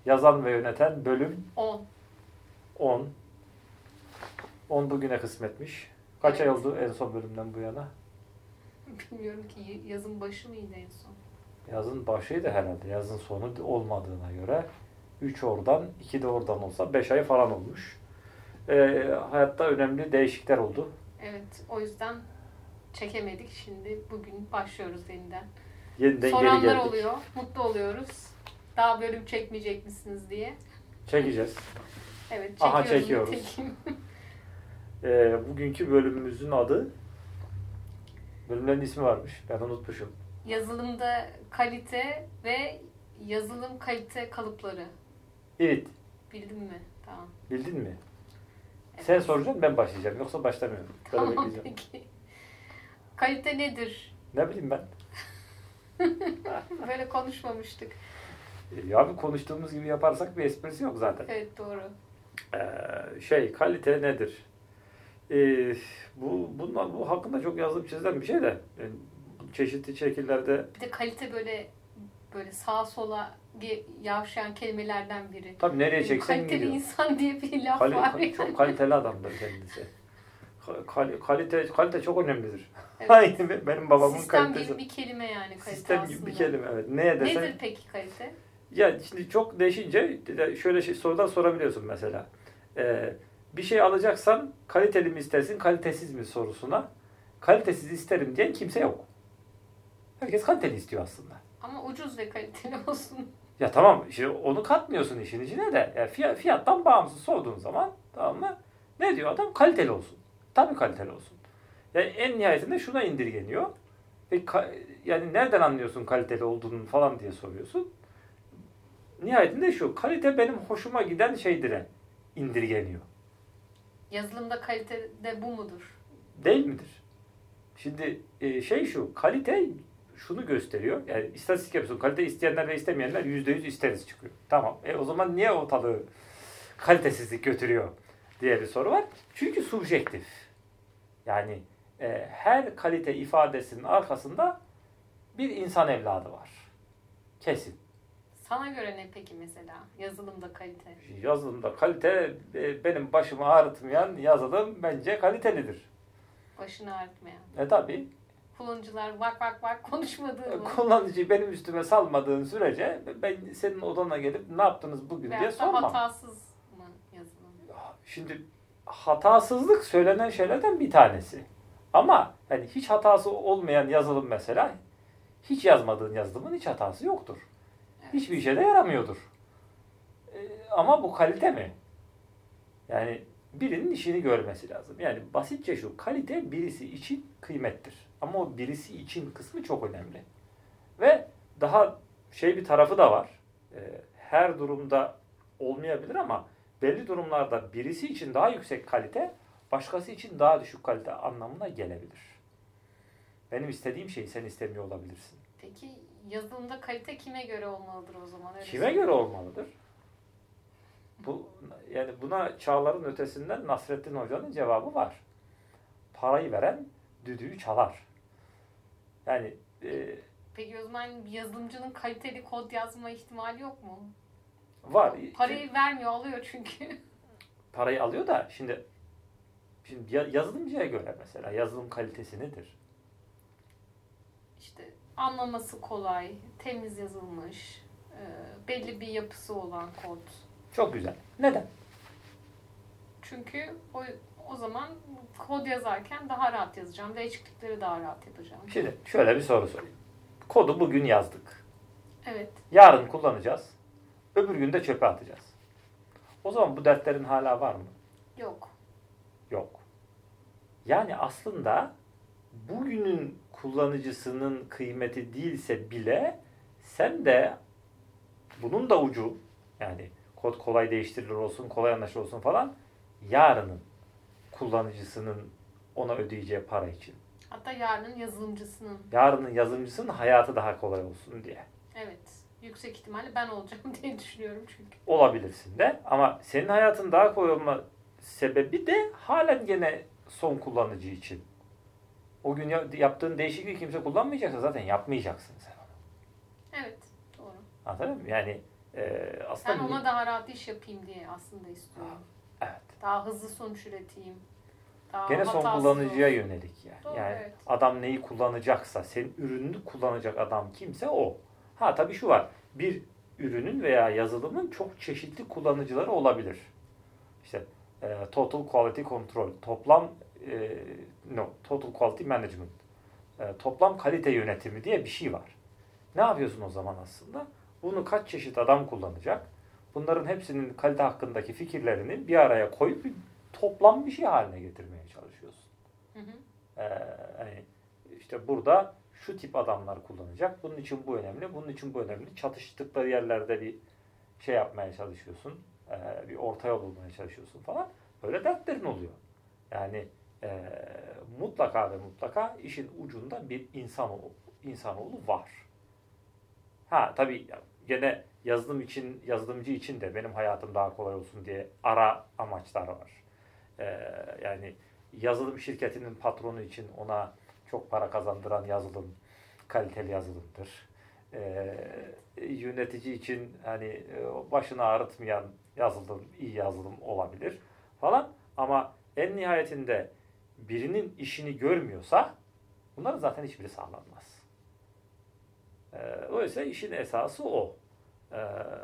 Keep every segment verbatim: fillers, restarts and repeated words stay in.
Yazan ve yöneten bölüm on. on. on bugüne kısmetmiş. Kaç Evet. ay oldu en son bölümden bu yana? Bilmiyorum ki yazın başı mıydı en son? Yazın başıydı herhalde. Yazın sonu olmadığına göre üç oradan, iki de oradan olsa beş ay falan olmuş. Ee, hayatta önemli değişiklikler oldu. Evet, o yüzden çekemedik. Şimdi bugün başlıyoruz yeniden. Yeniden Soranlar geri geldik. oluyor, mutlu oluyoruz. Daha bölüm çekmeyecek misiniz diye. Çekeceğiz. Evet, çekiyoruz. Aha, çekiyoruz. nitekim. Ee, bugünkü bölümümüzün adı, bölümlerin ismi varmış. Ben unutmuşum. Yazılımda kalite ve yazılım kalite kalıpları. Evet. Bildin mi? Tamam. Bildin mi? Evet. Sen soracaksın, ben başlayacağım. Yoksa başlamıyorum. Böyle Tamam bekleyeceğim. peki. Kalite nedir? Ne bileyim ben. Böyle konuşmamıştık. Ya abi, konuştuğumuz gibi yaparsak bir esprisi yok zaten. Evet, doğru. Ee, şey, kalite nedir? Ee, bu bunlar bu hakkında çok yazılıp çizilen bir şey de yani çeşitli şekillerde. Bir de kalite böyle böyle sağa sola ge- yavşayan kelimelerden biri. Tabii nereye çeksen Kaliteli gidiyor. insan diye bir laf Kali- var. kal- çok kaliteli adamdır kendisi. Kal- kalite kalite çok önemlidir. Evet. Aynı benim babamın Sistem kalitesi. gibi bir kelime yani kalite Sistem aslında. gibi bir kelime, evet. Neye desen. Nedir peki kalite? Ya şimdi çok değişince şöyle şey, sorular sorabiliyorsun mesela. Ee, bir şey alacaksan kaliteli mi istersin, kalitesiz mi sorusuna kalitesiz isterim diyen kimse yok. Herkes kaliteli istiyor aslında. Ama ucuz ve kaliteli olsun. Ya tamam, işte onu katmıyorsun işin içine de. Yani fiyat, fiyattan bağımsız sorduğun zaman, tamam mı? Ne diyor adam? Kaliteli olsun. Tabii kaliteli olsun. Yani en nihayetinde şuna indirgeniyor. Ve ka- yani nereden anlıyorsun kaliteli olduğunu falan diye soruyorsun. Nihayetinde şu, kalite benim hoşuma giden şeydir'e indirgeniyor. Yazılımda kalite de bu mudur? Değil midir? Şimdi e, şey şu, kalite şunu gösteriyor. Yani istatistik yapıyorsun. Kalite isteyenler ve istemeyenler yüzde yüz isteriz çıkıyor. Tamam. E o zaman niye ortalığı kalitesizlik götürüyor diye bir soru var. Çünkü subjektif. Yani e, her kalite ifadesinin arkasında bir insan evladı var. Kesin. Sana göre ne peki mesela yazılımda kalite? Yazılımda kalite e, benim başımı ağrıtmayan yazılım bence kalitelidir. Başını ağrıtmayan. E tabi. Kullanıcılar vak vak vak konuşmadığı mı? Kullanıcıyı benim üstüme salmadığın sürece ben senin odana gelip ne yaptınız bugün diye Veyahut da sormam. hatasız mı yazılım? Şimdi hatasızlık söylenen şeylerden bir tanesi. Ama hani hiç hatası olmayan yazılım mesela, hiç yazmadığın yazılımın hiç hatası yoktur. Evet. Hiçbir işe de yaramıyordur. E, ama bu kalite mi? Yani birinin işini görmesi lazım. Yani basitçe şu, kalite birisi için kıymettir. Ama o birisi için kısmı çok önemli. Ve daha şey bir tarafı da var. E, her durumda olmayabilir ama belli durumlarda birisi için daha yüksek kalite, başkası için daha düşük kalite anlamına gelebilir. Benim istediğim şeyi sen istemiyor olabilirsin. Peki yazılımda kalite kime göre olmalıdır o zaman? Öyle Kime göre olmalıdır? Bu yani buna çağların ötesinden Nasrettin Hoca'nın cevabı var. Parayı veren düdüğü çalar. Yani e, Peki o zaman yazılımcının kaliteli kod yazma ihtimali yok mu? var. Parayı vermiyor, alıyor çünkü. Parayı alıyor da şimdi şimdi yazılımcıya göre mesela yazılım kalitesi nedir? İşte anlaması kolay, temiz yazılmış, belli bir yapısı olan kod. Çok güzel. Neden? Çünkü o, o zaman kod yazarken daha rahat yazacağım. Değişiklikleri daha rahat yapacağım. Şimdi şöyle bir soru sorayım. Kodu bugün yazdık. Evet. Yarın kullanacağız. Öbür gün de çöpe atacağız. O zaman bu dertlerin hala var mı? Yok. Yok. Yani aslında bugünün kullanıcısının kıymeti değilse bile sen de bunun da ucu, yani kod kolay değiştirilir olsun, kolay anlaşılır olsun falan, yarının kullanıcısının ona ödeyeceği para için. Hatta yarının yazılımcısının. Yarının yazılımcısının hayatı daha kolay olsun diye. Evet. Yüksek ihtimalle ben olacağım diye düşünüyorum çünkü. Olabilirsin de ama senin hayatın daha kolay olma sebebi de halen gene son kullanıcı için. O gün yaptığın değişikliği kimse kullanmayacaksa zaten yapmayacaksın sen onu. Evet. Doğru. Anladın mı? Yani e, aslında Ben ona daha rahat iş yapayım diye aslında istiyorum. Evet. Daha hızlı sonuç üreteyim. Daha Gene son hatasız kullanıcıya olsun. yönelik yani. Doğru, yani evet. adam neyi kullanacaksa, senin ürününü kullanacak adam kimse o. Ha tabii şu var. Bir ürünün veya yazılımın çok çeşitli kullanıcıları olabilir. İşte e, total quality control, toplam e, no, total quality management, e, toplam kalite yönetimi diye bir şey var. Ne yapıyorsun o zaman aslında? Bunu kaç çeşit adam kullanacak? Bunların hepsinin kalite hakkındaki fikirlerini bir araya koyup bir toplam bir şey haline getirmeye çalışıyorsun. Hı hı. Ee, hani işte burada şu tip adamlar kullanacak. Bunun için bu önemli, bunun için bu önemli. Çatıştıkları yerlerde bir şey yapmaya çalışıyorsun. Ee, bir orta yol bulmaya çalışıyorsun falan. Böyle dertlerin oluyor. Yani e, mutlaka ve mutlaka işin ucunda bir insanoğlu, insanoğlu var. Ha tabii gene yazılım için, yazılımcı için de benim hayatım daha kolay olsun diye ara amaçlar var. Ee, yani yazılım şirketinin patronu için ona çok para kazandıran yazılım kaliteli yazılımdır. Ee, yönetici için hani başını ağrıtmayan yazılım iyi yazılım olabilir falan. Ama en nihayetinde birinin işini görmüyorsa bunların zaten hiçbiri sağlanmaz. Ee, oysa işin esası o. Ee,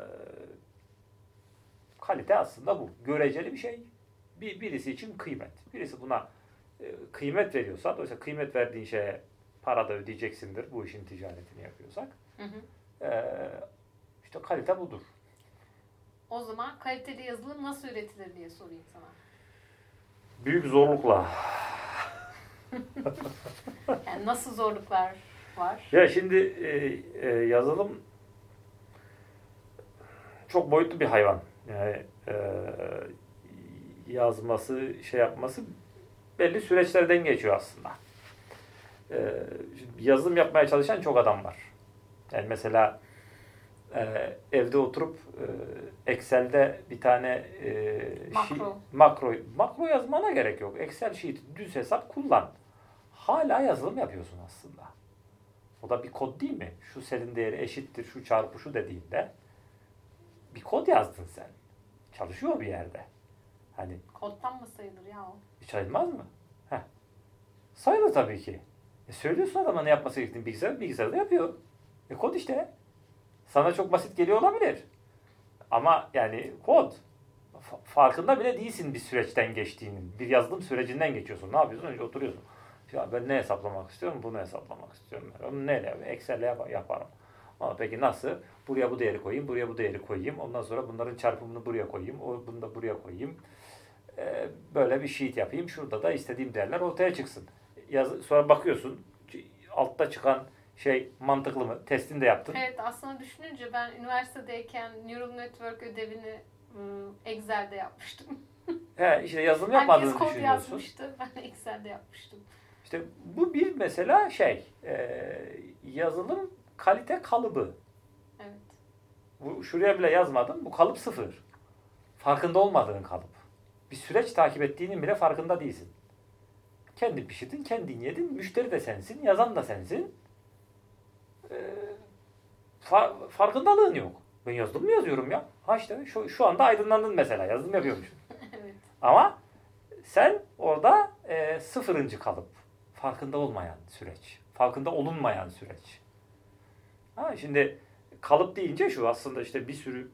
kalite aslında bu. Göreceli bir şey. Bir, birisi için kıymet. Birisi buna e, kıymet veriyorsa, dolayısıyla kıymet verdiğin şeye para da ödeyeceksindir bu işin ticaretini yapıyorsak. Hı hı. E, işte kalite budur. O zaman kaliteli yazılım nasıl üretilir diye sorayım sana. Büyük zorlukla. Yani nasıl zorluklar var? Ya şimdi e, e, yazılım çok boyutlu bir hayvan. Yani e, yazması, şey yapması belli süreçlerden geçiyor aslında. Ee, yazılım yapmaya çalışan çok adam var. Yani mesela e, evde oturup e, Excel'de bir tane e, Makro. Şi, makro makro yazmana gerek yok. Excel sheet, düz hesap kullan. Hala yazılım yapıyorsun aslında. O da bir kod değil mi? Şu selin değeri eşittir, şu çarpı şu dediğinde bir kod yazdın sen. Çalışıyor bir yerde. Hani Koddan mı sayılır ya o? hiç sayılmaz mı? Heh. Sayılır tabii ki. E söylüyorsun adama ne yapması gerektiğini bilgisayar, bilgisayarda yapıyor. E kod işte. Sana çok basit geliyor olabilir. Ama yani kod. Farkında bile değilsin bir süreçten geçtiğinin. Bir yazılım sürecinden geçiyorsun. Ne yapıyorsun? Önce oturuyorsun. Ya ben ne hesaplamak istiyorum? Bunu hesaplamak istiyorum. Onu neyle? Excel'le yap yaparım. Ama peki nasıl? Buraya bu değeri koyayım, buraya bu değeri koyayım. Ondan sonra bunların çarpımını buraya koyayım. O, bunu da buraya koyayım. Ee, böyle bir sheet yapayım. Şurada da istediğim değerler ortaya çıksın. Yaz, sonra bakıyorsun. Altta çıkan şey mantıklı mı? Testini de yaptın. Evet, aslında düşününce ben üniversitedeyken Neural Network ödevini Excel'de yapmıştım. He, işte yazılım yapmadığını Herkes kod düşünüyorsun. yazmıştı. Ben Excel'de yapmıştım. İşte bu bir mesela şey e, yazılım kalite kalıbı. Evet. Bu, şuraya bile yazmadım. Bu kalıp sıfır. Farkında olmadığın kalıp. Bir süreç takip ettiğinin bile farkında değilsin. Kendin pişirdin, kendin yedin. Müşteri de sensin, yazan da sensin. E, fa- farkındalığın yok. Ben yazılım mı yazıyorum ya? Ha işte şu, şu anda aydınlandın mesela. Yazılım yapıyormuşum. Evet. Ama sen orada e, sıfırıncı kalıp. Farkında olmayan süreç. Farkında olunmayan süreç. Ha, şimdi kalıp deyince şu aslında işte bir sürü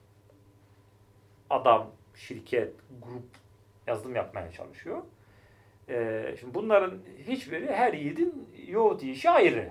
adam, şirket, grup yazılım yapmaya çalışıyor. Ee, şimdi bunların hiçbiri her yiğidin yoğurt yiyişi ayrı.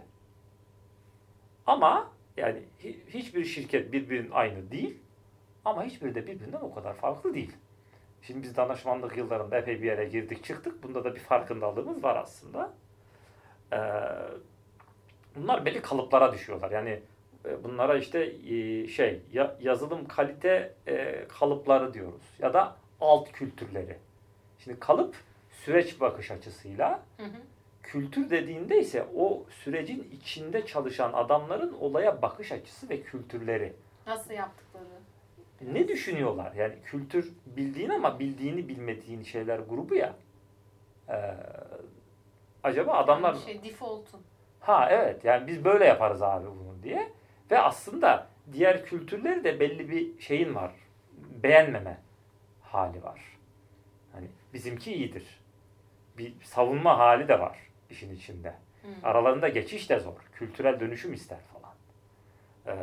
Ama yani hiçbir şirket birbirinin aynı değil. Ama hiçbiri de birbirinden o kadar farklı değil. Şimdi biz danışmanlık yıllarında epey bir yere girdik çıktık. Bunda da bir farkındalığımız var aslında. Ee, bunlar belli kalıplara düşüyorlar. Yani bunlara işte şey yazılım kalite kalıpları diyoruz. Ya da alt kültürleri. Şimdi kalıp süreç bakış açısıyla, hı hı. kültür dediğinde ise o sürecin içinde çalışan adamların olaya bakış açısı ve kültürleri. Nasıl yaptıkları. Ne düşünüyorlar? Yani kültür bildiğin ama bildiğini bilmediğin şeyler grubu ya. Ee, acaba adamlar... Yani şey default'un. Ha evet yani biz böyle yaparız abi bunu diye. Ve aslında diğer kültürleri de belli bir şeyin var. Beğenmeme hali var. Hani bizimki iyidir. Bir savunma hali de var işin içinde. Hı. Aralarında geçiş de zor. Kültürel dönüşüm ister falan. Ee,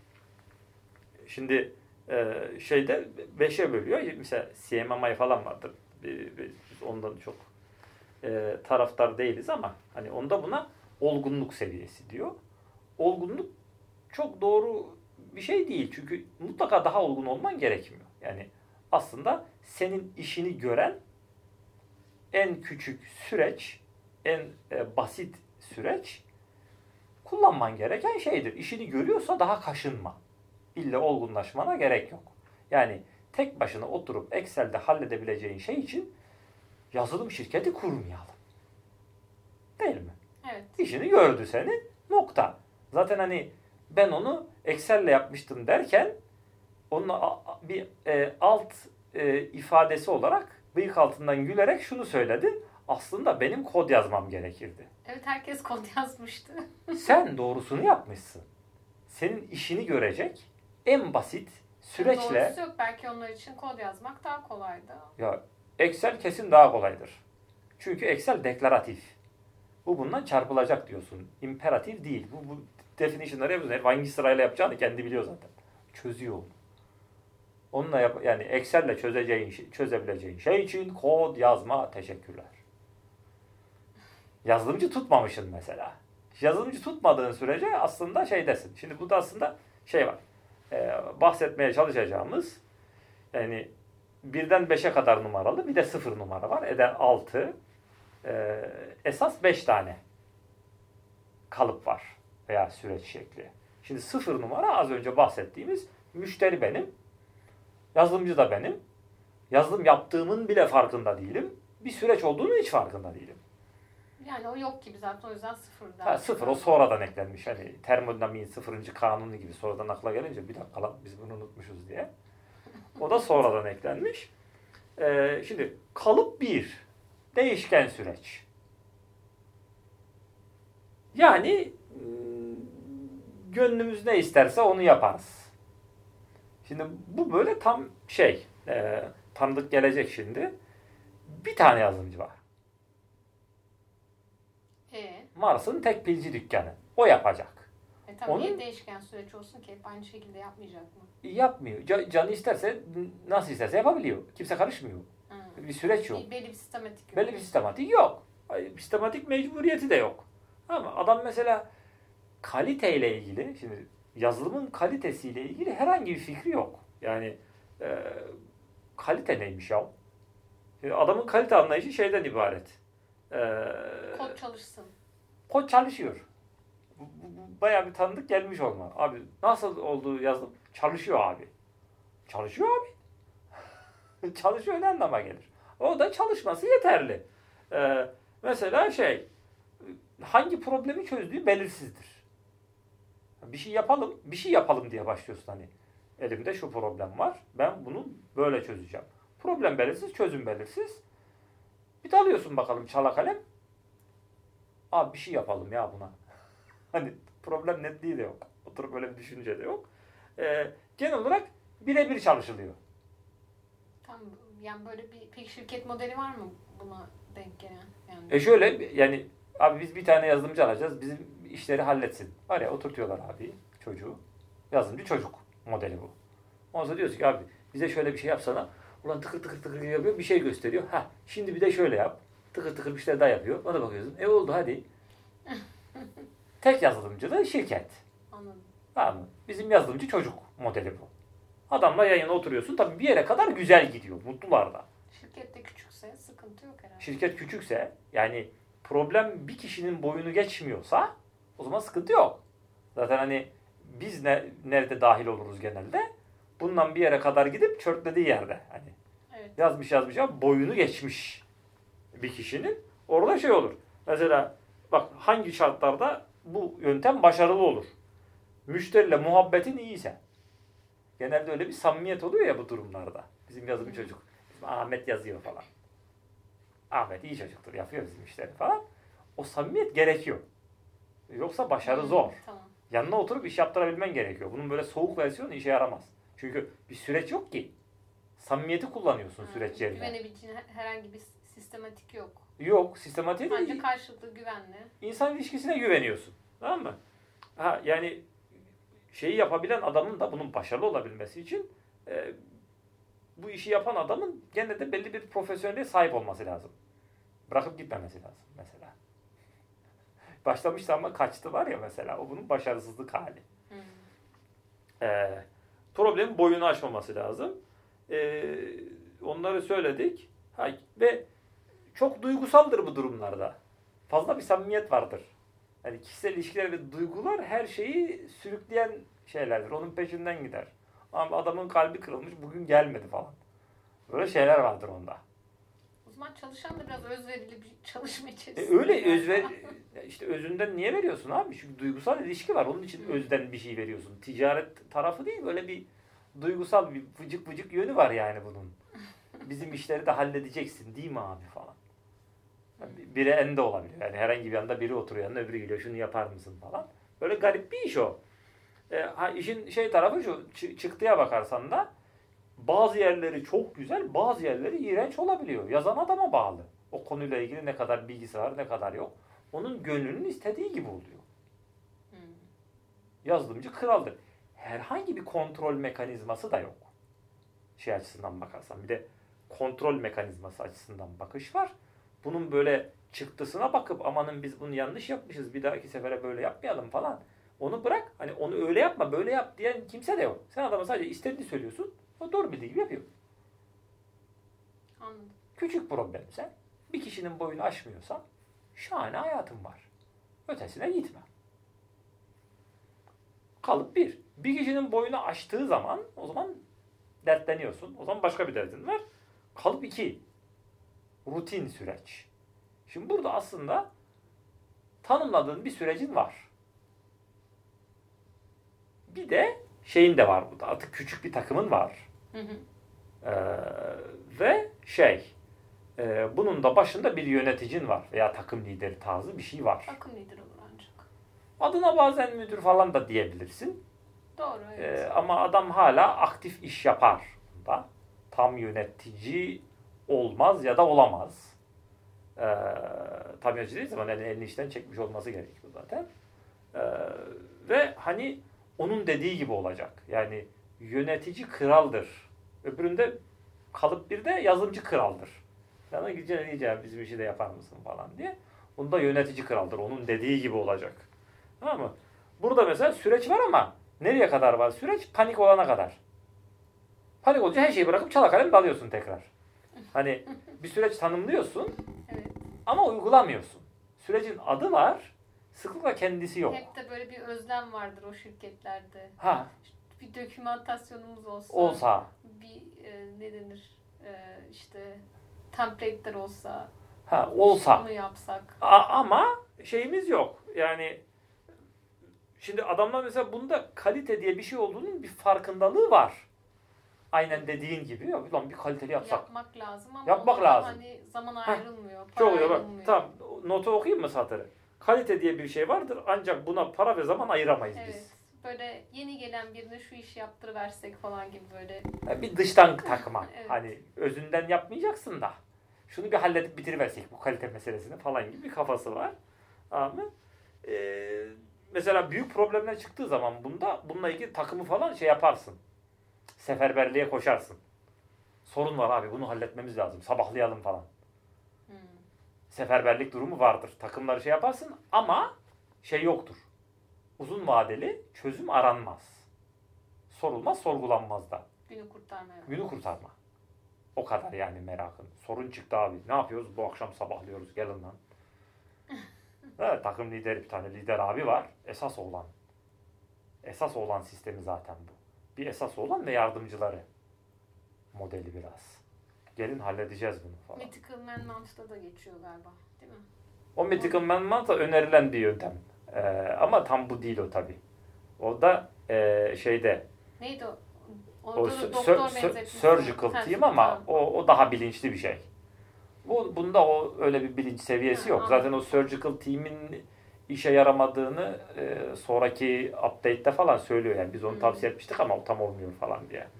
şimdi e, şeyde beşe bölüyor. Mesela C M M I falan vardır. Biz ondan çok e, taraftar değiliz ama hani onda buna olgunluk seviyesi diyor. Olgunluk çok doğru bir şey değil. Çünkü mutlaka daha olgun olman gerekmiyor. Yani aslında senin işini gören en küçük süreç, en e, basit süreç kullanman gereken şeydir. İşini görüyorsa daha kaşınma. İlla olgunlaşmana gerek yok. Yani tek başına oturup Excel'de halledebileceğin şey için yazılım şirketi kurmayalım. Değil mi? Evet. İşini gördü senin. Nokta. Zaten hani ben onu Excel'le yapmıştım derken onun bir e, alt e, ifadesi olarak bıyık altından gülerek şunu söyledi. Aslında benim kod yazmam gerekirdi. Evet, herkes kod yazmıştı. Sen doğrusunu yapmışsın. Senin işini görecek en basit süreçle... Doğrusu yok. Belki onlar için kod yazmak daha kolaydı. Ya Excel kesin daha kolaydır. Çünkü Excel deklaratif. Bu bundan çarpılacak diyorsun. İmperatif değil. Bu, bu definition'ları yapıyorsun. Hangi sırayla yapacağını kendi biliyor zaten. Çözüyor onu. Onunla yap, yani Excel'le çözeceğin şey, çözebileceğin şey için kod yazma, teşekkürler. Yazılımcı tutmamışsın mesela. Yazılımcı tutmadığın sürece aslında şeydesin. Şimdi burada aslında şey var. Ee, bahsetmeye çalışacağımız yani birden beşe kadar numaralı bir de sıfır numara var. Eden altı. Ee, esas beş tane kalıp var veya süreç şekli. Şimdi sıfır numara az önce bahsettiğimiz müşteri benim. Yazılımcı da benim. Yazılım yaptığımın bile farkında değilim. Bir süreç olduğunu hiç farkında değilim. Yani o yok gibi zaten, o yüzden sıfır. Ha, sıfır o sonradan eklenmiş. Hani termodinamiğin sıfırıncı kanunu gibi sonradan akla gelince bir dakika lan biz bunu unutmuşuz diye. O da sonradan eklenmiş. Ee, şimdi kalıp bir. Değişken süreç. Yani gönlümüz ne isterse onu yaparız. Şimdi bu böyle tam şey, e, tanıdık gelecek şimdi. Bir tane yazılımcı var. E, Mars'ın tek pilci dükkanı. O yapacak. e tabii Onun- niye değişken süreç olsun ki? Hep aynı şekilde yapmayacak mı? Yapmıyor. Ca- Canı isterse, nasıl isterse yapabiliyor. Kimse karışmıyor. Hı. Bir süreç yok. Bir, belli bir sistematik yok. Belli bir sistematik yok. Ay, sistematik mecburiyeti de yok. Ama adam mesela kaliteyle ilgili, şimdi yazılımın kalitesiyle ilgili herhangi bir fikri yok. Yani e, kalite neymiş ya? Şimdi adamın kalite anlayışı şeyden ibaret. E, Kod çalışsın. Kod çalışıyor. Bu, bu, bu bayağı bir tanıdık gelmiş olma. Abi nasıl olduğu yazılım? Çalışıyor abi. Çalışıyor abi. Çalışıyor ne anlama gelir? O da çalışması yeterli. Ee, mesela şey, hangi problemi çözdüğü belirsizdir. Bir şey yapalım, bir şey yapalım diye başlıyorsun hani. Elimde şu problem var, ben bunu böyle çözeceğim. Problem belirsiz, çözüm belirsiz. Bir dalıyorsun bakalım çala kalem. Abi bir şey yapalım ya buna. Hani problem netliği de yok. Oturup böyle bir düşünce de yok. Ee, genel olarak birebir çalışılıyor. Tam yani böyle bir peki şirket modeli var mı buna denk gelen? Yani E şöyle yani abi biz bir tane yazılımcı alacağız. Bizim işleri halletsin. Var ya oturtuyorlar abi çocuğu. Yazılımcı çocuk modeli bu. Ondan sonra diyoruz ki abi bize şöyle bir şey yapsana. Ulan tıkır tıkır tıkır yapıyor. Bir şey gösteriyor. Ha şimdi bir de şöyle yap. Tıkır tıkır bir şeyler daha yapıyor. Ona bakıyorsun. E oldu hadi. Tek yazılımcı şirket. anladım. Tamam mı? Bizim yazılımcı çocuk modeli bu. Adamla yayına oturuyorsun. Tabii bir yere kadar güzel gidiyor. Mutlular da. Şirket de küçükse sıkıntı yok herhalde. Şirket küçükse yani problem bir kişinin boyunu geçmiyorsa o zaman sıkıntı yok. Zaten hani biz ne, nerede dahil oluruz genelde? Bundan bir yere kadar gidip çörtlediği yerde. Hani Evet. yazmış yazmış ama boyunu geçmiş bir kişinin orada şey olur. Mesela bak hangi şartlarda bu yöntem başarılı olur? Müşteriyle muhabbetin iyiyse. Genelde öyle bir samimiyet oluyor ya bu durumlarda. Bizim yazılım çocuk. Bizim Ahmet yazıyor falan. Ahmet iyi çocuktur, yapıyor bizim işleri falan. O samimiyet gerekiyor. Yoksa başarı Hmm, zor. Tamam. Yanına oturup iş yaptırabilmen gerekiyor. Bunun böyle soğuk versiyonu işe yaramaz. Çünkü bir süreç yok ki. Samimiyeti kullanıyorsun Ha, süreç yerine. Güvenebileceğin herhangi bir sistematik yok. Yok, sistematik Bence değil. karşılıklı güvenli. İnsan ilişkisine güveniyorsun. Tamam mı? Ha, yani şeyi yapabilen adamın da bunun başarılı olabilmesi için e, bu işi yapan adamın gene de belli bir profesyonelliğe sahip olması lazım. Bırakıp gitmemesi lazım mesela. Başlamıştı ama kaçtı var ya mesela. O bunun başarısızlık hali. Hmm. Ee, problemin boyunu aşmaması lazım. Ee, onları söyledik. Ha, ve çok duygusaldır bu durumlarda. Fazla bir samimiyet vardır. Yani kişisel ilişkiler ve duygular her şeyi sürükleyen şeylerdir. Onun peşinden gider. Ama adamın kalbi kırılmış, bugün gelmedi falan. Böyle şeyler vardır onda. O zaman çalışan da biraz özverili bir çalışma E içerisinde. öyle özver işte özünden niye veriyorsun abi? Çünkü duygusal ilişki var. Onun için özden bir şey veriyorsun. Ticaret tarafı değil, böyle bir duygusal bir vıcık vıcık yönü var yani bunun. Bizim işleri de halledeceksin değil mi abi falan. Yani biri ende olabiliyor. Yani herhangi bir anda biri oturuyor yanına, öbürü geliyor, şunu yapar mısın falan. Böyle garip bir iş o. E, ha, işin şey tarafı şu, çı- çıktıya bakarsan da bazı yerleri çok güzel, bazı yerleri iğrenç olabiliyor. Yazan adama bağlı. O konuyla ilgili ne kadar bilgisi var, ne kadar yok. Onun gönlünün istediği gibi oluyor. Hmm. Yazılımcı kraldır. Herhangi bir kontrol mekanizması da yok. Şey açısından bakarsan. Bir de kontrol mekanizması açısından bakış var. Bunun böyle çıktısına bakıp amanın biz bunu yanlış yapmışız, bir dahaki sefere böyle yapmayalım falan. Onu bırak. Hani onu öyle yapma, böyle yap diyen kimse de yok. Sen adama sadece istediğini söylüyorsun. O doğru bildiği gibi yapıyor. Anladım. Küçük problem sen. Bir kişinin boyunu aşmıyorsan şahane hayatın var. Ötesine gitme. Kalıp bir. Bir kişinin boyunu aştığı zaman o zaman dertleniyorsun. O zaman başka bir derdin var. Kalıp iki. Rutin süreç. Şimdi burada aslında tanımladığın bir sürecin var. Bir de şeyin de var burada. Artık küçük bir takımın var. Hı hı. Ee, ve şey e, bunun da başında bir yöneticin var veya takım lideri tarzı bir şey var. Takım lideri olur ancak. Adına bazen müdür falan da diyebilirsin. Doğru, evet. Ee, ama adam hala aktif iş yapar. Da. Tam yönetici olmaz ya da olamaz. Ee, tam yönetici değil zaman elini, elini işten çekmiş olması gerekiyor zaten. Ee, ve hani onun dediği gibi olacak. Yani yönetici kraldır. Öbüründe kalıp bir de yazılımcı kraldır. Sana gideceğim diyeceğim bizim işi de yapar mısın falan diye. Bunda yönetici kraldır. Onun dediği gibi olacak. Tamam mı? Burada mesela süreç var ama nereye kadar var süreç? Panik olana kadar. Panik olunca her şeyi bırakıp çala kalem dalıyorsun tekrar. Hani bir süreç tanımlıyorsun Evet. ama uygulamıyorsun. Sürecin adı var, sıklıkla kendisi yok. Hep de böyle bir özlem vardır o şirketlerde. Ha, Bir dokümantasyonumuz olsa. olsa. Bir e, ne denir? E, işte template'ler olsa. Ha, olsa. Onu yapsak. A- ama şeyimiz yok. Yani şimdi adamlar mesela bunda kalite diye bir şey olduğunun bir farkındalığı var. Aynen dediğin gibi. Ya, ulan bir kaliteli yapsak. Yapmak lazım ama Yapmak ona lazım. hani zaman ayrılmıyor. Para Çok iyi bak. ayrılmıyor. Tamam. Notu okuyayım mı satırı? Kalite diye bir şey vardır ancak buna para ve zaman ayıramayız Evet. biz. Böyle yeni gelen birine şu işi yaptırıversek falan gibi böyle. Yani bir dıştan takma. Evet. Hani özünden yapmayacaksın da. Şunu bir halledip bitiriversek bu kalite meselesini falan gibi bir kafası var. Ama ee, mesela büyük problemler çıktığı zaman bunda bununla ilgili takımı falan şey yaparsın. Seferberliğe koşarsın. Sorun var abi, bunu halletmemiz lazım. Sabahlayalım falan. Hmm. Seferberlik durumu vardır. Takımları şey yaparsın ama şey yoktur. Uzun vadeli çözüm aranmaz. Sorulmaz, sorgulanmaz da. Günü kurtarmaya. Günü kurtarma. O kadar yani merakın. Sorun çıktı abi. Ne yapıyoruz? Bu akşam sabahlıyoruz. Gelin lan. Evet, takım lideri, bir tane lider abi var. Esas olan. Esas olan sistemi zaten bu. Bir esas olan ve yardımcıları. Modeli biraz. Gelin halledeceğiz bunu falan. Mythical Man Mount'ta da geçiyor galiba. Değil mi? O Mythical Man Mount'a önerilen bir yöntem. Ee, ama tam bu değil o tabi. O da e, şeyde Neydi o? o Orada sö- da doktor sö- benzetmiş. surgical Ha, team ama tamam. o, o daha bilinçli bir şey. Bu bunda o öyle bir bilinç seviyesi Ha, yok. anladım. Zaten o surgical team'in işe yaramadığını e, sonraki update'te falan söylüyor. Yani biz onu Hmm. tavsiye etmiştik ama o tam olmuyor falan diye.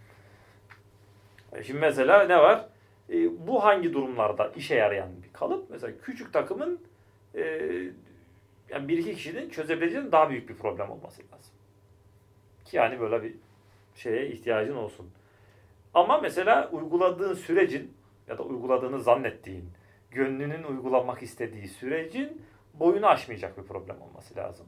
E şimdi mesela ne var? E, bu hangi durumlarda işe yarayan bir kalıp? Mesela küçük takımın e, yani bir iki kişinin çözebileceğinin daha büyük bir problem olması lazım. Ki yani böyle bir şeye ihtiyacın olsun. Ama mesela uyguladığın sürecin ya da uyguladığını zannettiğin, gönlünün uygulamak istediği sürecin boyunu aşmayacak bir problem olması lazım.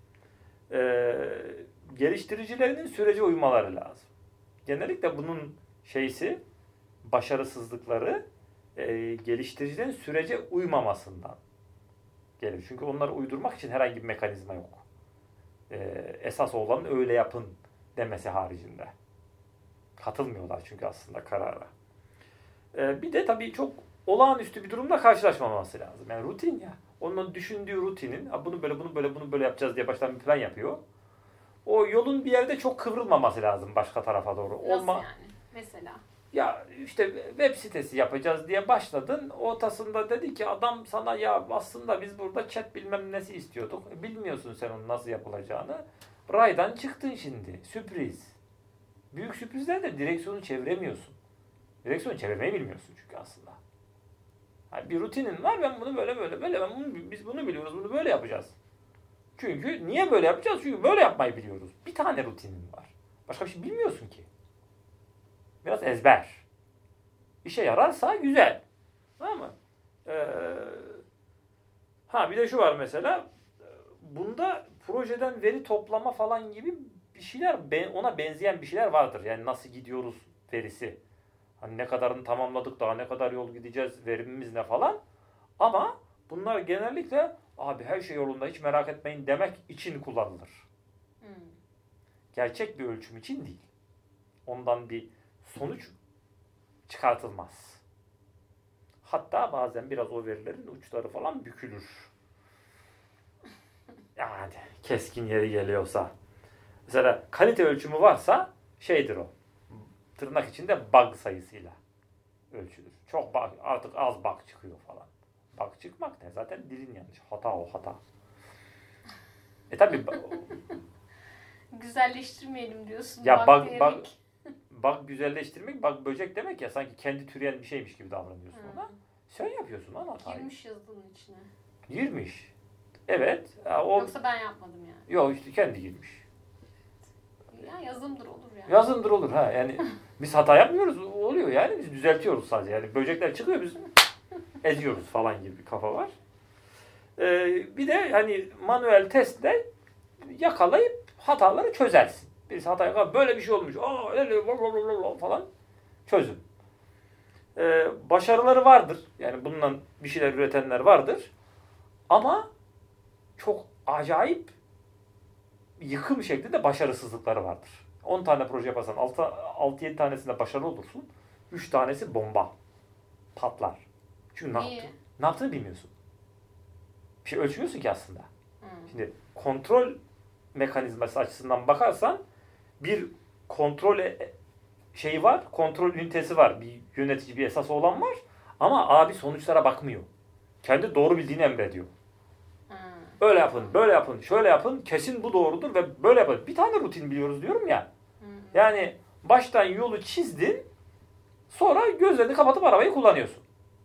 Ee, geliştiricilerinin sürece uymaları lazım. Genellikle bunun şeysi, başarısızlıkları e, geliştiricilerin sürece uymamasından gelir. Çünkü onları uydurmak için herhangi bir mekanizma yok. Ee, esas olan öyle yapın demesi haricinde. Katılmıyorlar çünkü aslında karara. Ee, bir de tabii çok olağanüstü bir durumla karşılaşmaması lazım. Yani rutin ya. Onun düşündüğü rutinin, bunu böyle, bunu böyle, bunu böyle yapacağız diye baştan bir plan yapıyor. O yolun bir yerde çok kıvrılmaması lazım başka tarafa doğru. Nasıl Olma... yani? Mesela? Ya işte web sitesi yapacağız diye başladın. Ortasında dedi ki adam sana ya aslında biz burada chat bilmem nesi istiyorduk. E, bilmiyorsun sen onun nasıl yapılacağını. Raydan çıktın şimdi. Sürpriz. Büyük sürprizler de direksiyonu çeviremiyorsun. Direksiyonu çevirmeyi bilmiyorsun çünkü aslında. Yani bir rutinin var, ben bunu böyle böyle böyle, ben bunu, biz bunu biliyoruz, bunu böyle yapacağız. Çünkü niye böyle yapacağız? Çünkü böyle yapmayı biliyoruz. Bir tane rutinin var. Başka bir şey bilmiyorsun ki. Biraz ezber. İşe yararsa güzel. Tamam mı? Ee, ha bir de şu var mesela. Bunda projeden veri toplama falan gibi bir şeyler, ona benzeyen bir şeyler vardır. Yani nasıl gidiyoruz verisi. Hani ne kadarını tamamladık, daha ne kadar yol gideceğiz, verimimiz ne falan. Ama bunlar genellikle abi her şey yolunda hiç merak etmeyin demek için kullanılır. Hmm. Gerçek bir ölçüm için değil. Ondan bir sonuç çıkartılmaz. Hatta bazen biraz o verilerin uçları falan bükülür. Yani keskin yeri geliyorsa. Mesela kalite ölçümü varsa şeydir o. Tırnak içinde bug sayısıyla ölçülür. Çok bug, artık az bug çıkıyor falan. Bug çıkmak ne? Zaten dilin yanlış. Hata o hata. E tabi Güzelleştirmeyelim diyorsun. ya bug, diyerek. bug, bug güzelleştirmek, bug böcek demek ya, sanki kendi türeyen bir şeymiş gibi davranıyorsun Hmm. ona. Sen yapıyorsun lan hatayı. Girmiş yazının içine. Girmiş. Evet. Ya o, Yoksa ben yapmadım yani. yok işte kendi girmiş. Ya yazımdır olur yani. Yazındır olur ha. Yani biz hata yapmıyoruz. Oluyor yani. Biz düzeltiyoruz sadece. Yani böcekler çıkıyor, biz eziyoruz falan gibi bir kafa var. Ee, bir de hani manuel testle yakalayıp hataları çözersin. Birisi hata yakalayıp böyle bir şey olmuş. Aa öyle falan çözüm. Ee, başarıları vardır. Yani bundan bir şeyler üretenler vardır. Ama çok acayip yıkım şeklinde başarısızlıkları vardır. on tane proje yaparsan altı yedi tanesinde başarılı olursun. üç tanesi bomba. Patlar. Çünkü ne Niye? yaptın? Ne yaptığını bilmiyorsun. Bir şey ölçmüyorsun ki aslında. Hmm. Şimdi kontrol mekanizması açısından bakarsan bir kontrol şeyi var, kontrol ünitesi var. Bir yönetici, bir esası olan var. Ama abi sonuçlara bakmıyor. Kendi doğru bildiğini emrediyor. Hmm. Öyle yapın, böyle yapın, şöyle yapın, kesin bu doğrudur ve böyle yapın. Bir tane rutin biliyoruz diyorum ya. Hmm. Yani baştan yolu çizdin, sonra gözlerini kapatıp arabayı kullanıyorsun.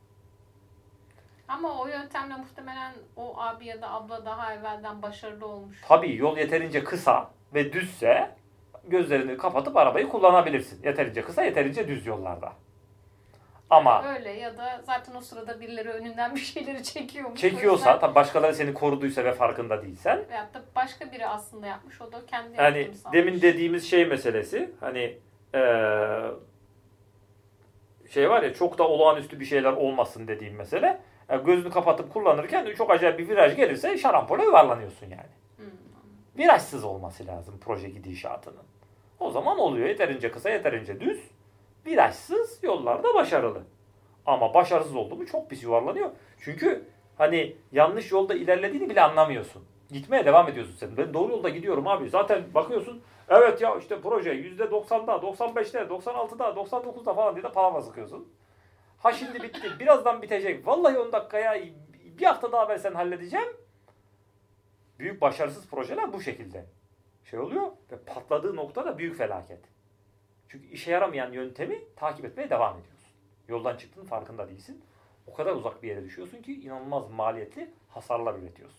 Ama o yöntemle muhtemelen o abi ya da abla daha evvelden başarılı olmuş. Tabii yol yeterince kısa ve düzse gözlerini kapatıp arabayı kullanabilirsin. Yeterince kısa, yeterince düz yollarda. Ama Öyle ya da zaten o sırada birileri önünden bir şeyleri çekiyormuş. çekiyorsa, tabii başkaları seni koruduysa ve farkında değilsen. Veyahut da başka biri aslında yapmış, o da kendi Yani yaptığını sanmış. demin dediğimiz şey meselesi, hani ee, şey var ya, çok da olağanüstü bir şeyler olmasın dediğim mesele. Yani gözünü kapatıp kullanırken çok acayip bir viraj gelirse şarampole yuvarlanıyorsun yani. Hmm. Virajsız olması lazım proje gidişatının. O zaman oluyor. Yeterince kısa, yeterince düz. Virajsız yollarda başarılı. Ama başarısız oldu mu çok pis yuvarlanıyor. Çünkü hani yanlış yolda ilerlediğini bile anlamıyorsun. Gitmeye devam ediyorsun sen. Ben doğru yolda gidiyorum abi. Zaten bakıyorsun, evet ya işte proje yüzde doksanda, doksan beşte, doksan altıda, doksan dokuzda falan diye de palavra sıkıyorsun. Ha şimdi bitti. Birazdan bitecek. Vallahi on dakikaya, bir hafta daha ben sen halledeceğim. büyük başarısız projeler bu şekilde şey oluyor ve patladığı nokta da büyük felaket. Çünkü işe yaramayan yöntemi takip etmeye devam ediyorsun. Yoldan çıktığın farkında değilsin. O kadar uzak bir yere düşüyorsun ki inanılmaz maliyetli hasarlar üretiyorsun.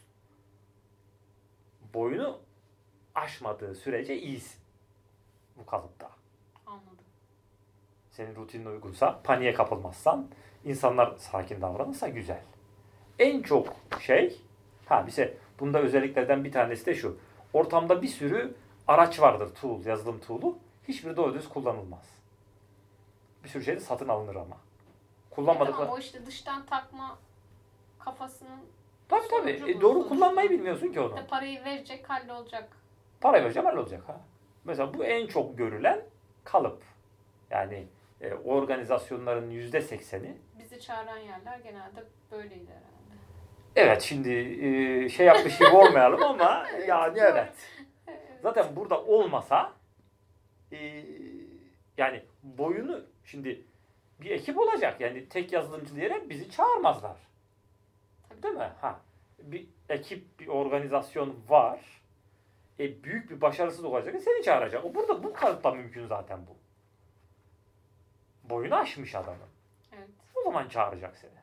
Boyunu aşmadığı sürece iyisin. Bu kalıpta. Anladım. Senin rutinine uygunsa, paniğe kapılmazsan, insanlar sakin davranırsa güzel. En çok şey, ha bize bunda özelliklerden bir tanesi de şu. Ortamda bir sürü araç vardır, tool, yazılım tool'u. Hiçbiri doğru düz kullanılmaz. Bir sürü şey de satın alınır ama. Kullanmadıkları... Tamam, o işte dıştan takma kafasının... Tabii tabii. E, doğru kullanmayı bilmiyorsun ki onu. İşte parayı verecek, hallolacak. Parayı vereceğim, hallolacak ha. Mesela bu en çok görülen kalıp. Yani e, organizasyonların yüzde sekseni. Bizi çağıran yerler genelde böyleydi herhalde. Evet, şimdi e, şey yapmış gibi olmayalım ama yani evet. Zaten burada olmasa e, yani boyunu şimdi bir ekip olacak. Yani tek yazılımcı diyerek bizi çağırmazlar. Değil mi? Ha. Bir ekip, bir organizasyon var. E, büyük bir başarısız olacak. Seni çağıracak. O burada bu kalıpta mümkün zaten bu. Boyunu aşmış adamın. Evet. O zaman çağıracak seni.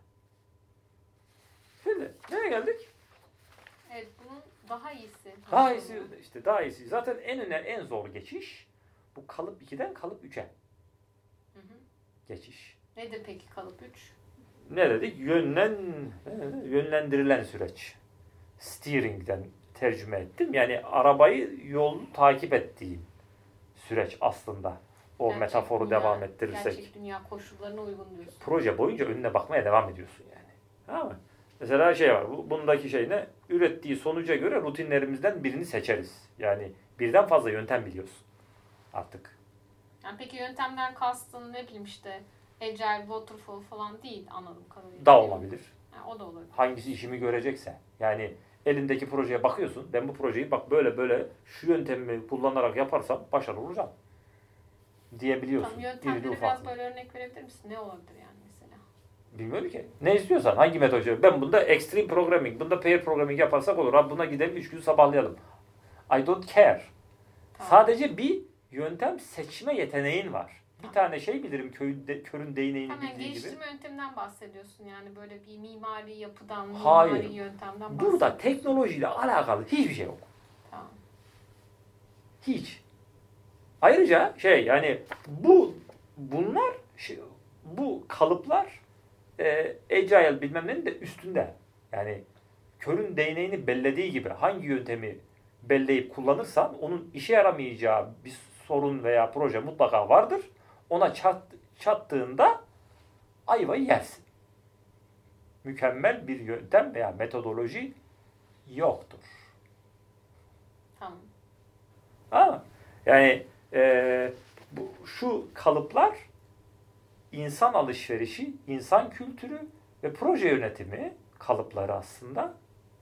Şimdi nereye geldik? Evet, bunun daha iyisi. Daha iyisi işte daha iyisi. Zaten en öne en zor geçiş bu kalıp ikiden kalıp üçe. Hı hı. Geçiş. Nedir peki kalıp üç? Ne dedik? Yönlen, yönlendirilen süreç. Steering'den tercüme ettim. Yani arabayı yol takip ettiğin süreç aslında. O Gerçek metaforu dünya, devam ettirirsek. Gerçek dünya koşullarına uygun diyorsun. Proje boyunca önüne bakmaya devam ediyorsun yani. Tamam mı? Mesela şey var. Bu, bundaki şey ne? Ürettiği sonuca göre rutinlerimizden birini seçeriz. Yani birden fazla yöntem biliyorsun. Artık. Yani peki yöntemden kastın ne bileyim işte Agile, Waterfall falan değil anladığım kadarıyla. Da olabilir. Yani o da olabilir. Hangisi işimi görecekse. Yani elindeki projeye bakıyorsun. Ben bu projeyi bak böyle böyle şu yöntemi kullanarak yaparsam başarılı olacağım. Diyebiliyorsun. Tamam, yöntemleri İrili biraz ufaklı. böyle örnek verebilir misin? Ne olabilir yani mesela? Bilmiyorum ki. Ne istiyorsan. Hangi metodoloji? Ben bunda extreme programming, bunda pair programming yaparsak olur. Abi buna gidelim üç gün sabahlayalım. I don't care. Tamam. Sadece bir yöntem seçme yeteneğin var. Bir tane şey bilirim köyün de, körün değneğini Hemen bildiği gibi. geliştirme yönteminden bahsediyorsun yani böyle bir mimari yapıdan, Hayır. mimari yöntemden bahsediyorsun. Burada teknolojiyle alakalı hiçbir şey yok. Tamam. Hiç. Ayrıca şey yani bu bunlar şey, bu kalıplar e, agile bilmem nenin de üstünde. Yani körün değneğini bellediği gibi hangi yöntemi belleyip kullanırsan onun işe yaramayacağı bir sorun veya proje mutlaka vardır. Ona çat, çattığında ayvayı yersin. Mükemmel bir yöntem veya metodoloji yoktur. Tamam. Ha? Yani e, bu, şu kalıplar insan alışverişi, insan kültürü ve proje yönetimi kalıpları aslında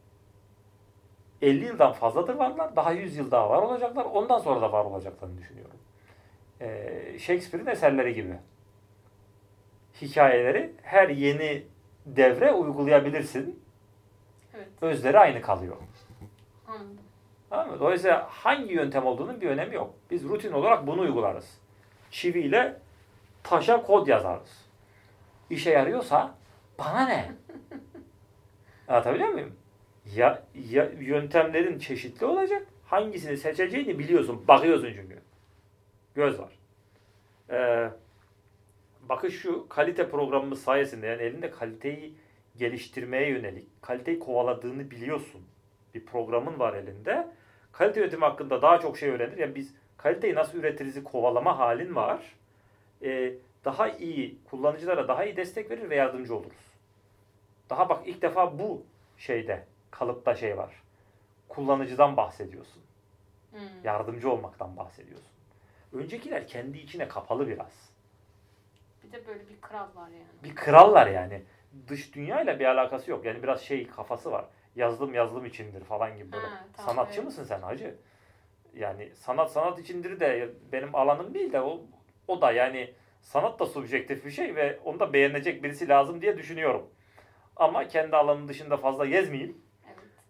elli yıldan fazladır varlar. Daha yüz yıl daha var olacaklar. Ondan sonra da var olacaklarını düşünüyorum. Ee, Shakespeare'in eserleri gibi. Hikayeleri her yeni devre uygulayabilirsin. Evet. Özleri aynı kalıyor. Anladım. Tamam mı? Dolayısıyla hangi yöntem olduğunun bir önemi yok. Biz rutin olarak bunu uygularız. Çiviyle taşa kod yazarız. İşe yarıyorsa bana ne? Anlatabiliyor muyum? Ya, ya yöntemlerin çeşitli olacak. Hangisini seçeceğini biliyorsun. Bakıyorsun çünkü. Göz var. Ee, bakış şu kalite programımız sayesinde yani elinde kaliteyi geliştirmeye yönelik kaliteyi kovaladığını biliyorsun. Bir programın var elinde. Kalite yönetimi hakkında daha çok şey öğrenir. Yani biz kaliteyi nasıl üretiriz'i kovalama halin var. Ee, daha iyi kullanıcılara daha iyi destek verir ve yardımcı oluruz. Daha bak ilk defa bu şeyde kalıpta şey var. Kullanıcıdan bahsediyorsun. Hmm. Yardımcı olmaktan bahsediyorsun. Öncekiler kendi içine kapalı biraz. Bir de böyle bir kral var yani. Bir krallar yani. Dış dünyayla bir alakası yok. Yani biraz şey kafası var. Yazılım yazılım içindir falan gibi böyle. Ha, tamam, Sanatçı evet. mısın sen hacı? Yani sanat sanat içindir de benim alanım değil de o, o da yani sanat da subjektif bir şey ve onu da beğenecek birisi lazım diye düşünüyorum. Ama kendi alanım dışında fazla gezmeyeyim. Evet.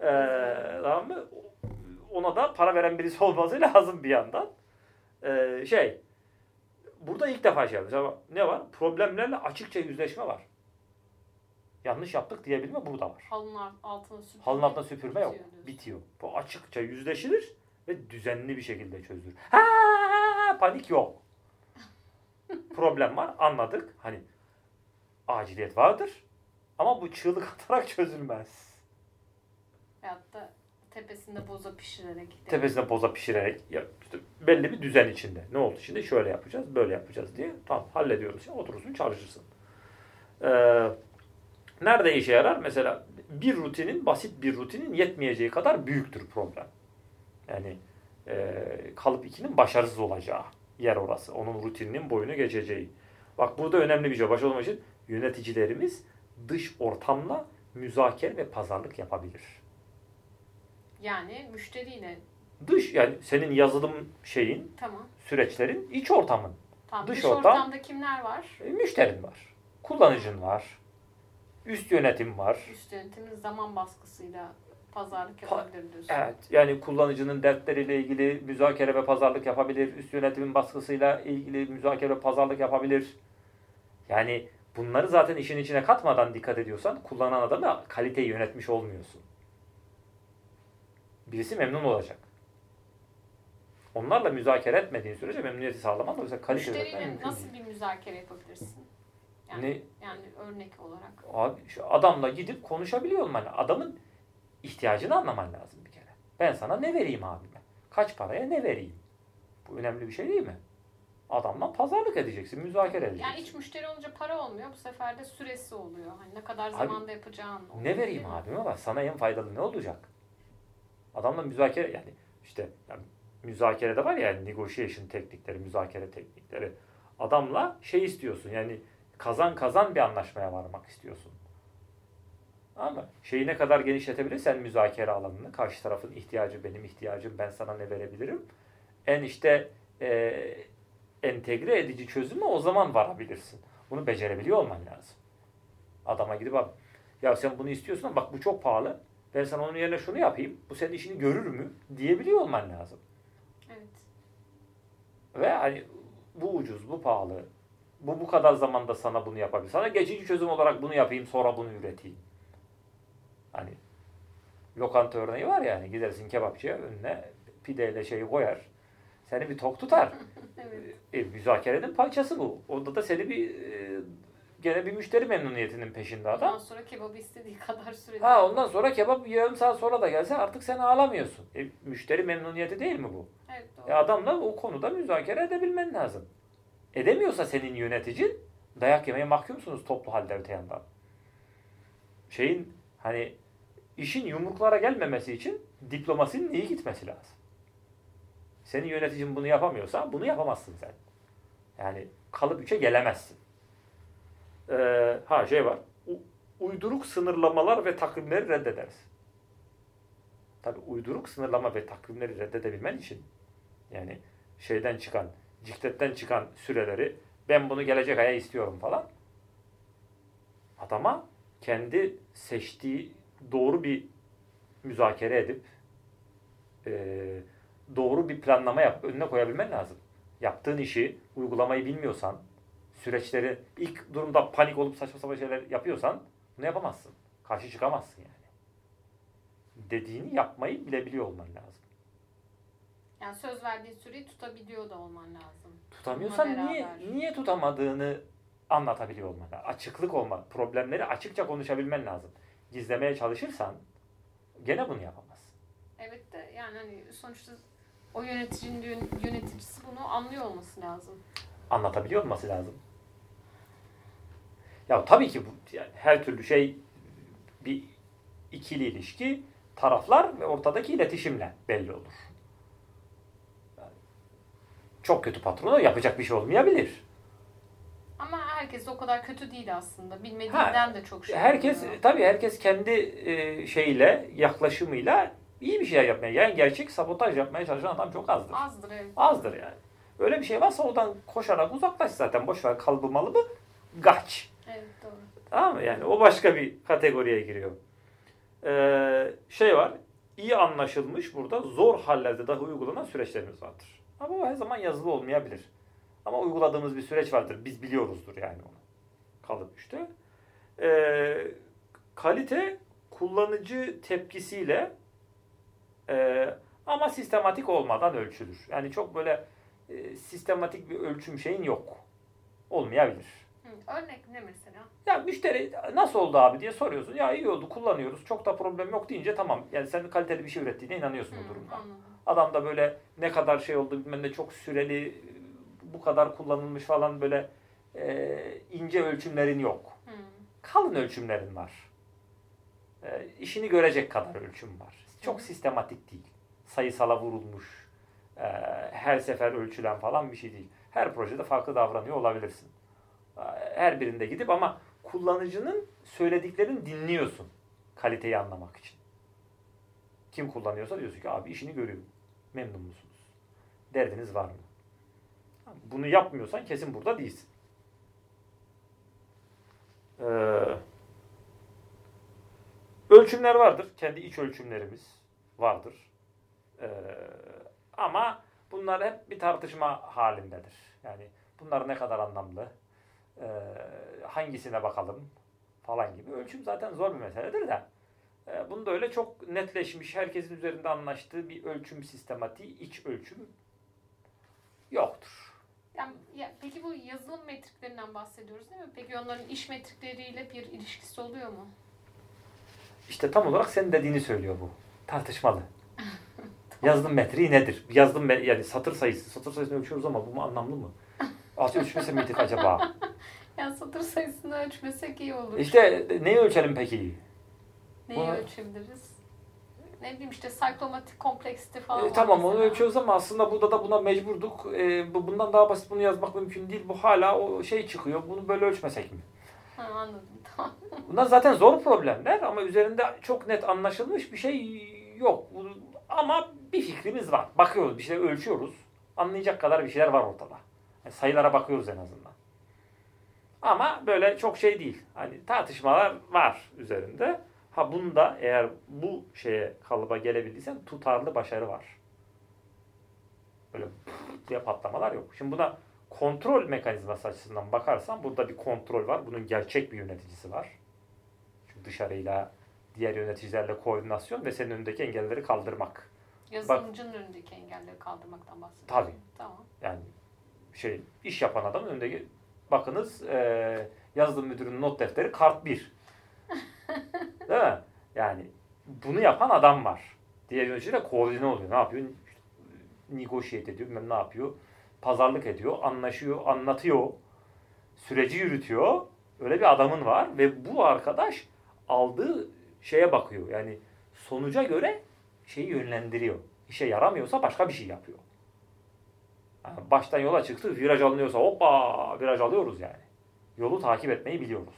Ee, tamam mı? Ona da para veren birisi olması lazım bir yandan. Ee, şey, burada ilk defa şey yapıyoruz ama ne var? Problemlerle açıkça yüzleşme var. Yanlış yaptık diyebilme burada var. Halının altına süpürme. Halının altına süpürme yok. Bitiyor. Bitiyor. Bu açıkça yüzleşilir ve düzenli bir şekilde çözülür. Ha, panik yok. Problem var, anladık. Hani aciliyet vardır ama bu çığlık atarak çözülmez. Veyahut da tepesinde boza pişirerek. Tepesinde boza pişirerek ya işte belli bir düzen içinde. Ne oldu şimdi? Şöyle yapacağız, böyle yapacağız diye. Tamam, hallediyoruz. Ya, oturursun, çalışırsın. Ee, nerede işe yarar? Mesela bir rutinin, basit bir rutinin yetmeyeceği kadar büyüktür problem. Yani e, kalıp ikinin başarısız olacağı yer orası. Onun rutininin boyunu geçeceği. Bak burada önemli bir şey. Başarılı olmak için yöneticilerimiz dış ortamla müzakere ve pazarlık yapabilir. Yani müşteriyle. Dış, yani senin yazılım şeyin, Tamam. süreçlerin, iç ortamın. Tamam. Dış Dış ortam, ortamda kimler var? E, müşterin var. Kullanıcın var. Üst yönetim var. Üst yönetimin zaman baskısıyla pazarlık Pa- yapabilir diyorsun. Evet, yani kullanıcının dertleriyle ilgili müzakere ve pazarlık yapabilir. Üst yönetimin baskısıyla ilgili müzakere ve pazarlık yapabilir. Yani bunları zaten işin içine katmadan dikkat ediyorsan kullanan adamı kaliteyi yönetmiş olmuyorsun. Birisi memnun olacak. Onlarla müzakere etmediğin sürece memnuniyeti sağlaman da mesela kalite üretmen Müşteriyle mümkün nasıl değil. bir müzakere yapabilirsin? Yani, Ne? yani örnek olarak. Abi şu adamla gidip konuşabiliyor olman lazım. Adamın ihtiyacını anlaman lazım bir kere. Ben sana ne vereyim abime? Kaç paraya ne vereyim? Bu önemli bir şey değil mi? Adamla pazarlık edeceksin, müzakere edeceksin. Yani iç müşteri olunca para olmuyor. Bu sefer de süresi oluyor. Hani ne kadar Abi, zamanda yapacağın oluyor. Ne vereyim abime bak, sana en faydalı ne olacak? Adamla müzakere, yani işte yani müzakerede var ya yani negotiation teknikleri, müzakere teknikleri. Adamla şey istiyorsun, yani kazan kazan bir anlaşmaya varmak istiyorsun. Ama şeyi ne kadar genişletebilirsen müzakere alanını, karşı tarafın ihtiyacı benim ihtiyacım, ben sana ne verebilirim? En işte e, entegre edici çözümü o zaman varabilirsin. Bunu becerebiliyor olman lazım. Adama gidip bak, ya sen bunu istiyorsun ama bak bu çok pahalı. Ben sana onun yerine şunu yapayım. Bu senin işini görür mü? Diyebiliyor olman lazım. Evet. Ve hani bu ucuz, bu pahalı. Bu bu kadar zamanda sana bunu yapabilir. Sana geçici çözüm olarak bunu yapayım, sonra bunu üreteyim. Hani lokanta örneği var ya, hani gidersin kebapçıya, önüne pideyle şeyi koyar. Seni bir tok tutar. Evet. E, müzakerenin parçası bu. Orada da seni bir e, gene bir müşteri memnuniyetinin peşinde adam. Ondan sonra kebabı istediği kadar sürede. Ha, ondan sonra kebap yarım saat sonra da gelse artık sen ağlamıyorsun. E, müşteri memnuniyeti değil mi bu? Evet, doğru. E, adamla o konuda müzakere edebilmen lazım. Edemiyorsa senin yöneticin, dayak yemeye mahkumsunuz toplu halde öte yandan. Şeyin hani işin yumruklara gelmemesi için diplomasinin iyi gitmesi lazım. Senin yöneticin bunu yapamıyorsa bunu yapamazsın sen. Yani kalıp üçe gelemezsin. Ee, ha şey var. U- uyduruk sınırlamalar ve takvimleri reddederiz. Tabii uyduruk sınırlama ve takvimleri reddedebilmen için yani şeyden çıkan, cikletten çıkan süreleri, ben bunu gelecek aya istiyorum falan, adama kendi seçtiği doğru bir müzakere edip e, doğru bir planlama yapıp önüne koyabilmen lazım. Yaptığın işi, uygulamayı bilmiyorsan, süreçleri ilk durumda panik olup saçma sapan şeyler yapıyorsan bunu yapamazsın. Karşı çıkamazsın yani. Dediğini yapmayı bilebiliyor olman lazım. Yani söz verdiği süreyi tutabiliyor da olman lazım. Tutamıyorsan Bununla niye beraber. niye tutamadığını anlatabiliyor olman lazım. Açıklık olma, problemleri açıkça konuşabilmen lazım. Gizlemeye çalışırsan gene bunu yapamazsın. Evet de yani hani sonuçta o yöneticinin yön- yöneticisi bunu anlıyor olması lazım. Anlatabiliyor olması lazım. Ya tabii ki bu yani her türlü şey bir ikili ilişki, taraflar ve ortadaki iletişimle belli olur. Yani çok kötü patrona yapacak bir şey olmayabilir. Ama herkes de o kadar kötü değil aslında. Bilmediğinden Ha, de çok şey herkes oluyor. tabii herkes kendi e, şeyle, yaklaşımıyla iyi bir şey yapmaya, yani gerçek sabotaj yapmaya çalışan adam çok azdır. Azdır evet. Azdır yani. Öyle bir şey varsa oradan koşarak uzaklaş zaten. Boş ver kalıbı malı mı? Kaç. Evet doğru. Tamam mı? Yani o başka bir kategoriye giriyor. Ee, şey var, iyi anlaşılmış burada zor hallerde dahi uygulanan süreçlerimiz vardır. Ama o her zaman yazılı olmayabilir. Ama uyguladığımız bir süreç vardır. Biz biliyoruzdur yani onu. Kalıp işte. Ee, kalite kullanıcı tepkisiyle e, ama sistematik olmadan ölçülür. Yani çok böyle e, sistematik bir ölçüm şeyin yok. Olmayabilir. Hı, örnek ne mesela? Ya müşteri nasıl oldu abi diye soruyorsun. Ya iyi oldu, kullanıyoruz. Çok da problem yok deyince tamam. Yani sen kaliteli bir şey ürettiğine inanıyorsun Hı, o durumda. anladım. Adam da böyle ne kadar şey oldu bilmem ne, çok süreli, bu kadar kullanılmış falan, böyle e, ince ölçümlerin yok. Hı. Kalın ölçümlerin var. E, işini görecek kadar ölçüm var. Çok Hı. sistematik değil. Sayısala vurulmuş, e, her sefer ölçülen falan bir şey değil. Her projede farklı davranıyor olabilirsin. E, her birinde gidip ama kullanıcının söylediklerini dinliyorsun kaliteyi anlamak için. Kim kullanıyorsa diyorsun ki abi işini görüyorum. Memnun musunuz? Derdiniz var mı? Bunu yapmıyorsan kesin burada değilsin. Ee, ölçümler vardır. Kendi iç ölçümlerimiz vardır. Ee, ama bunlar hep bir tartışma halindedir. Yani bunlar ne kadar anlamlı? Ee, hangisine bakalım? Falan gibi. Ölçüm zaten zor bir meseledir de. Ee, bunda öyle çok netleşmiş, herkesin üzerinde anlaştığı bir ölçüm sistematiği, iç ölçüm yoktur. Yani, ya, peki bu yazılım metriklerinden bahsediyoruz değil mi? Peki onların iş metrikleriyle bir ilişkisi oluyor mu? İşte tam olarak senin dediğini söylüyor bu. Tartışmalı. Yazılım metriği nedir? Yazılım me- yani satır sayısı. Satır sayısını ölçüyoruz ama bu mu anlamlı mı? Altı ölçmese miydik acaba? Yani satır sayısını ölçmesek iyi olur. İşte neyi ölçelim peki? Neyi bunu... ölçebiliriz? Ne bileyim işte cyclomatic complexity falan. E, tamam mesela. onu ölçüyoruz ama aslında burada da buna mecburduk. E, bundan daha basit bunu yazmak mümkün değil. Bu hala o şey çıkıyor. Bunu böyle ölçmesek mi? Ha, anladım. Tamam. Bunlar zaten zor problemler ama üzerinde çok net anlaşılmış bir şey yok. Ama bir fikrimiz var. Bakıyoruz, bir şeyler ölçüyoruz. Anlayacak kadar bir şeyler var ortada. Yani sayılara bakıyoruz en azından. Ama böyle çok şey değil. Hani tartışmalar var üzerinde. Ha bunda eğer bu şeye kalıba gelebildiysen tutarlı başarı var. Böyle diye patlamalar yok. Şimdi buna kontrol mekanizması açısından bakarsan burada bir kontrol var. Bunun gerçek bir yöneticisi var. Çünkü dışarıyla, diğer yöneticilerle koordinasyon ve senin önündeki engelleri kaldırmak. Yazılımcının Bak, önündeki engelleri kaldırmaktan bahsediyorsun. Tabii. Tamam. Yani şey, iş yapan adamın önündeki, bakınız e, yazılım müdürünün not defteri kart bir. Değil mi? Yani bunu yapan adam var. Diğer yönetici de koordine oluyor. Ne yapıyor? Negotiate ediyor. Bilmem ne yapıyor. Pazarlık ediyor. Anlaşıyor. Anlatıyor. Süreci yürütüyor. Öyle bir adamın var. Ve bu arkadaş aldığı şeye bakıyor. Yani sonuca göre şeyi yönlendiriyor. İşe yaramıyorsa başka bir şey yapıyor. Yani baştan yola çıktı. Viraj alınıyorsa hoppa viraj alıyoruz yani. Yolu takip etmeyi biliyoruz.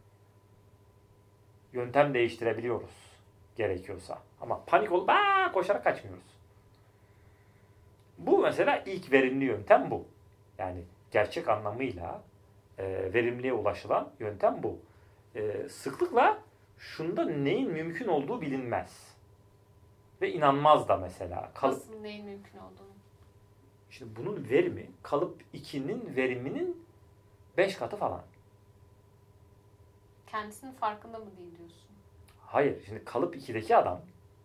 Yöntem değiştirebiliyoruz gerekiyorsa. Ama panik olup aa, koşarak kaçmıyoruz. Bu mesela ilk verimli yöntem bu. Yani gerçek anlamıyla e, verimliye ulaşılan yöntem bu. E, sıklıkla şunda neyin mümkün olduğu bilinmez. Ve inanmaz da mesela. Kalıp, Nasıl neyin mümkün olduğunu? Şimdi bunun verimi kalıp ikinin veriminin beş katı falan. Kendisinin farkında mı değil diyorsun? Hayır. Şimdi kalıp ikideki adam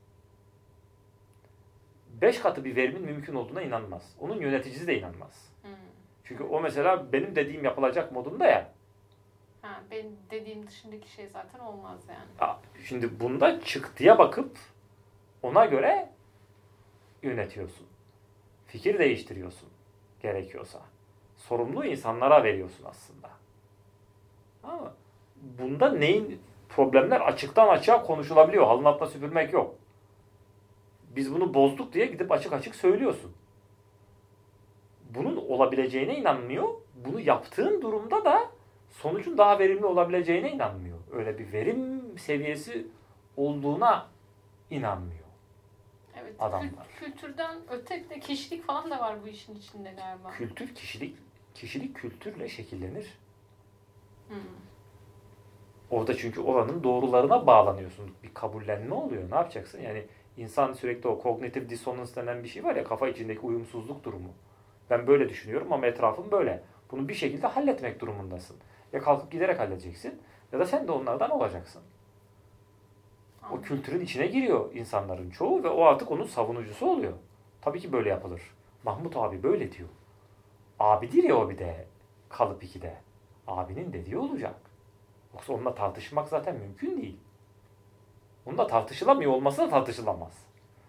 beş katı bir verimin mümkün olduğuna inanmaz. Onun yöneticisi de inanmaz. Hmm. Çünkü o mesela benim dediğim yapılacak modunda ya. Ha, benim dediğim dışındaki şey zaten olmaz yani. Şimdi bunda çıktıya bakıp ona göre yönetiyorsun. Fikir değiştiriyorsun gerekiyorsa. Sorumluluğu insanlara veriyorsun aslında. Ama bunda neyin problemler açıktan açığa konuşulabiliyor. Halının altına süpürmek yok. Biz bunu bozduk diye gidip açık açık söylüyorsun. Bunun olabileceğine inanmıyor. Bunu yaptığın durumda da sonucun daha verimli olabileceğine inanmıyor. Öyle bir verim seviyesi olduğuna inanmıyor. Evet. Adamlar. Kültürden öte bir de kişilik falan da var bu işin içinde galiba. Kültür, kişilik, kişilik kültürle şekillenir. Hmm. Orada çünkü oranın doğrularına bağlanıyorsun. Bir kabullenme oluyor. Ne yapacaksın? Yani insan sürekli o kognitif dissonans denen bir şey var ya, kafa içindeki uyumsuzluk durumu. Ben böyle düşünüyorum ama etrafım böyle. Bunu bir şekilde halletmek durumundasın. Ya kalkıp giderek halledeceksin ya da sen de onlardan olacaksın. O kültürün içine giriyor insanların çoğu ve o artık onun savunucusu oluyor. Tabii ki böyle yapılır. Mahmut abi böyle diyor. Abidir ya o bir de kalıp ikide. Abinin dediği olacak. Yoksa onunla tartışmak zaten mümkün değil. Onunla tartışılamıyor olması da tartışılamaz.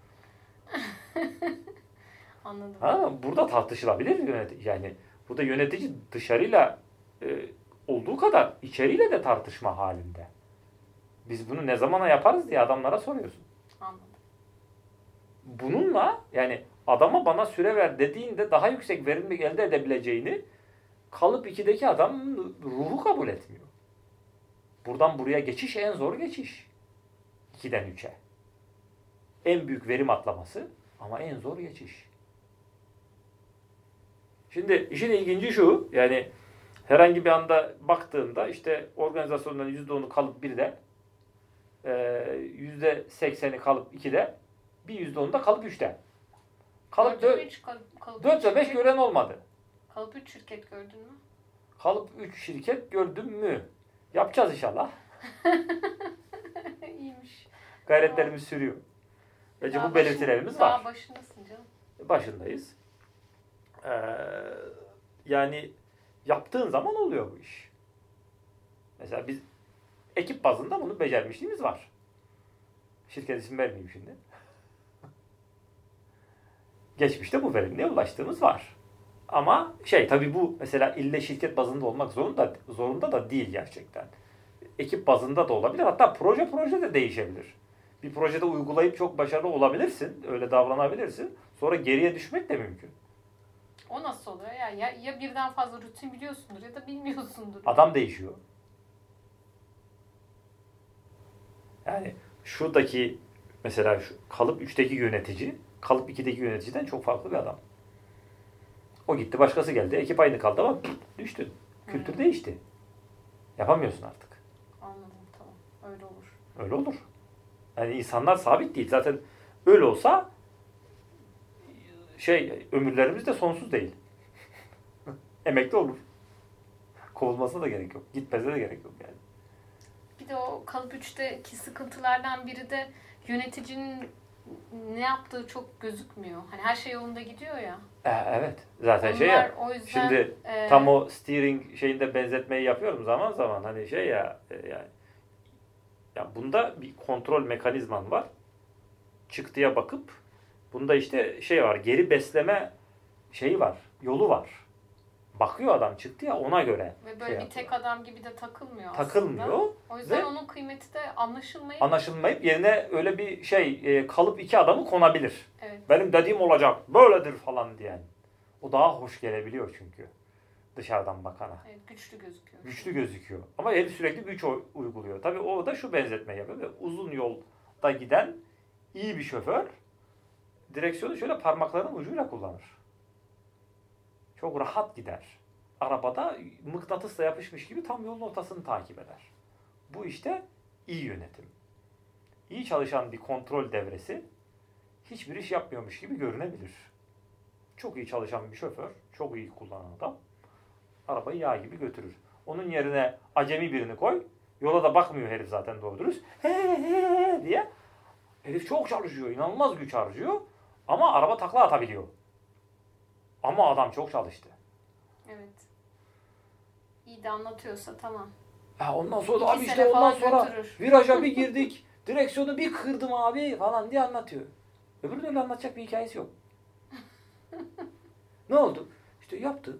Anladım. Ha, burada tartışılabilir yönetici. Yani burada yönetici dışarıyla e, olduğu kadar içeriyle de tartışma halinde. Biz bunu ne zamana yaparız diye adamlara soruyorsun. Anladım. Bununla yani adama bana süre ver dediğinde daha yüksek verimlilik elde edebileceğini kalıp ikideki adam ruhu kabul etmiyor. Buradan buraya geçiş en zor geçiş. ikiden üçe. En büyük verim atlaması ama en zor geçiş. Şimdi işin ilginci şu, yani herhangi bir anda baktığımda işte organizasyonların yüzde onu kalıp birde, yüzde sekseni kalıp ikide, bir yüzde onu da kalıp üçte. Kalıp dört ve beş gören olmadı. Kalıp üç şirket gördün mü? Kalıp üç şirket gördüm mü? Yapacağız inşallah. İyiymiş. Gayretlerimiz sürüyor. Bence bu belirtilerimiz daha var. Daha başındasın canım. Başındayız. Ee, yani yaptığın zaman oluyor bu iş. Mesela biz ekip bazında bunu becermişliğimiz var. Şirket isim vermeyeyim şimdi. Geçmişte bu verimliğe ulaştığımız var. Ama şey tabii bu mesela ille şirket bazında olmak zorunda zorunda da değil gerçekten. Ekip bazında da olabilir. Hatta proje proje de değişebilir. Bir projede uygulayıp çok başarılı olabilirsin. Öyle davranabilirsin. Sonra geriye düşmek de mümkün. O nasıl oluyor? Ya, ya, ya birden fazla rutin biliyorsundur ya da bilmiyorsundur. Adam değişiyor. Yani şuradaki mesela şu kalıp üçteki yönetici, kalıp ikideki yöneticiden çok farklı bir adam. O gitti, başkası geldi. Ekip aynı kaldı ama pff, düştün. Kültür hmm. değişti. Yapamıyorsun artık. Anladım, tamam. Öyle olur. Öyle olur. Yani insanlar sabit değil. Zaten öyle olsa şey ömürlerimiz de sonsuz değil. Emekli olur. Kovulmasına da gerek yok. Gitmesine de gerek yok yani. Bir de o kalıp üçteki sıkıntılardan biri de yöneticinin ne yaptığı çok gözükmüyor. Hani her şey yolunda gidiyor ya. E, evet. Zaten Onlar, şey ya. O yüzden, şimdi e, tam o steering şeyinde benzetmeyi yapıyorum zaman zaman. Hani şey ya e, yani ya bunda bir kontrol mekanizman var. Çıktıya bakıp bunda işte şey var. Geri besleme şeyi var. Yolu var. Bakıyor adam çıktı ya ona göre. Ve böyle şey bir tek adam gibi de takılmıyor, takılmıyor aslında. O yüzden ve onun kıymeti de anlaşılmayıp anlaşılmayıp yerine öyle bir şey e, kalıp iki adamı konabilir. Evet. Benim dediğim olacak. Böyledir falan diyen. O daha hoş gelebiliyor çünkü. Dışarıdan bakana. Evet, güçlü gözüküyor. Güçlü gözüküyor. Ama herif sürekli güç uyguluyor. Tabii o da şu benzetme yapıyor. Ve uzun yolda giden iyi bir şoför direksiyonu şöyle parmaklarının ucuyla kullanır. Çok rahat gider. Arabada mıknatısla yapışmış gibi tam yolun ortasını takip eder. Bu işte iyi yönetim. İyi çalışan bir kontrol devresi hiçbir iş yapmıyormuş gibi görünebilir. Çok iyi çalışan bir şoför, çok iyi kullanan adam arabayı yağ gibi götürür. Onun yerine acemi birini koy, yola da bakmıyor herif zaten doğru dürüst. He he he diye. Herif çok çalışıyor, inanılmaz güç harcıyor ama araba takla atabiliyor. Ama adam çok çalıştı. Evet. İyi de anlatıyorsa tamam. Ya ondan sonra abi işte ondan sonra götürür. Viraja bir girdik, direksiyonu bir kırdım abi falan diye anlatıyor. Öbürünün öyle anlatacak bir hikayesi yok. Ne oldu? İşte yaptık.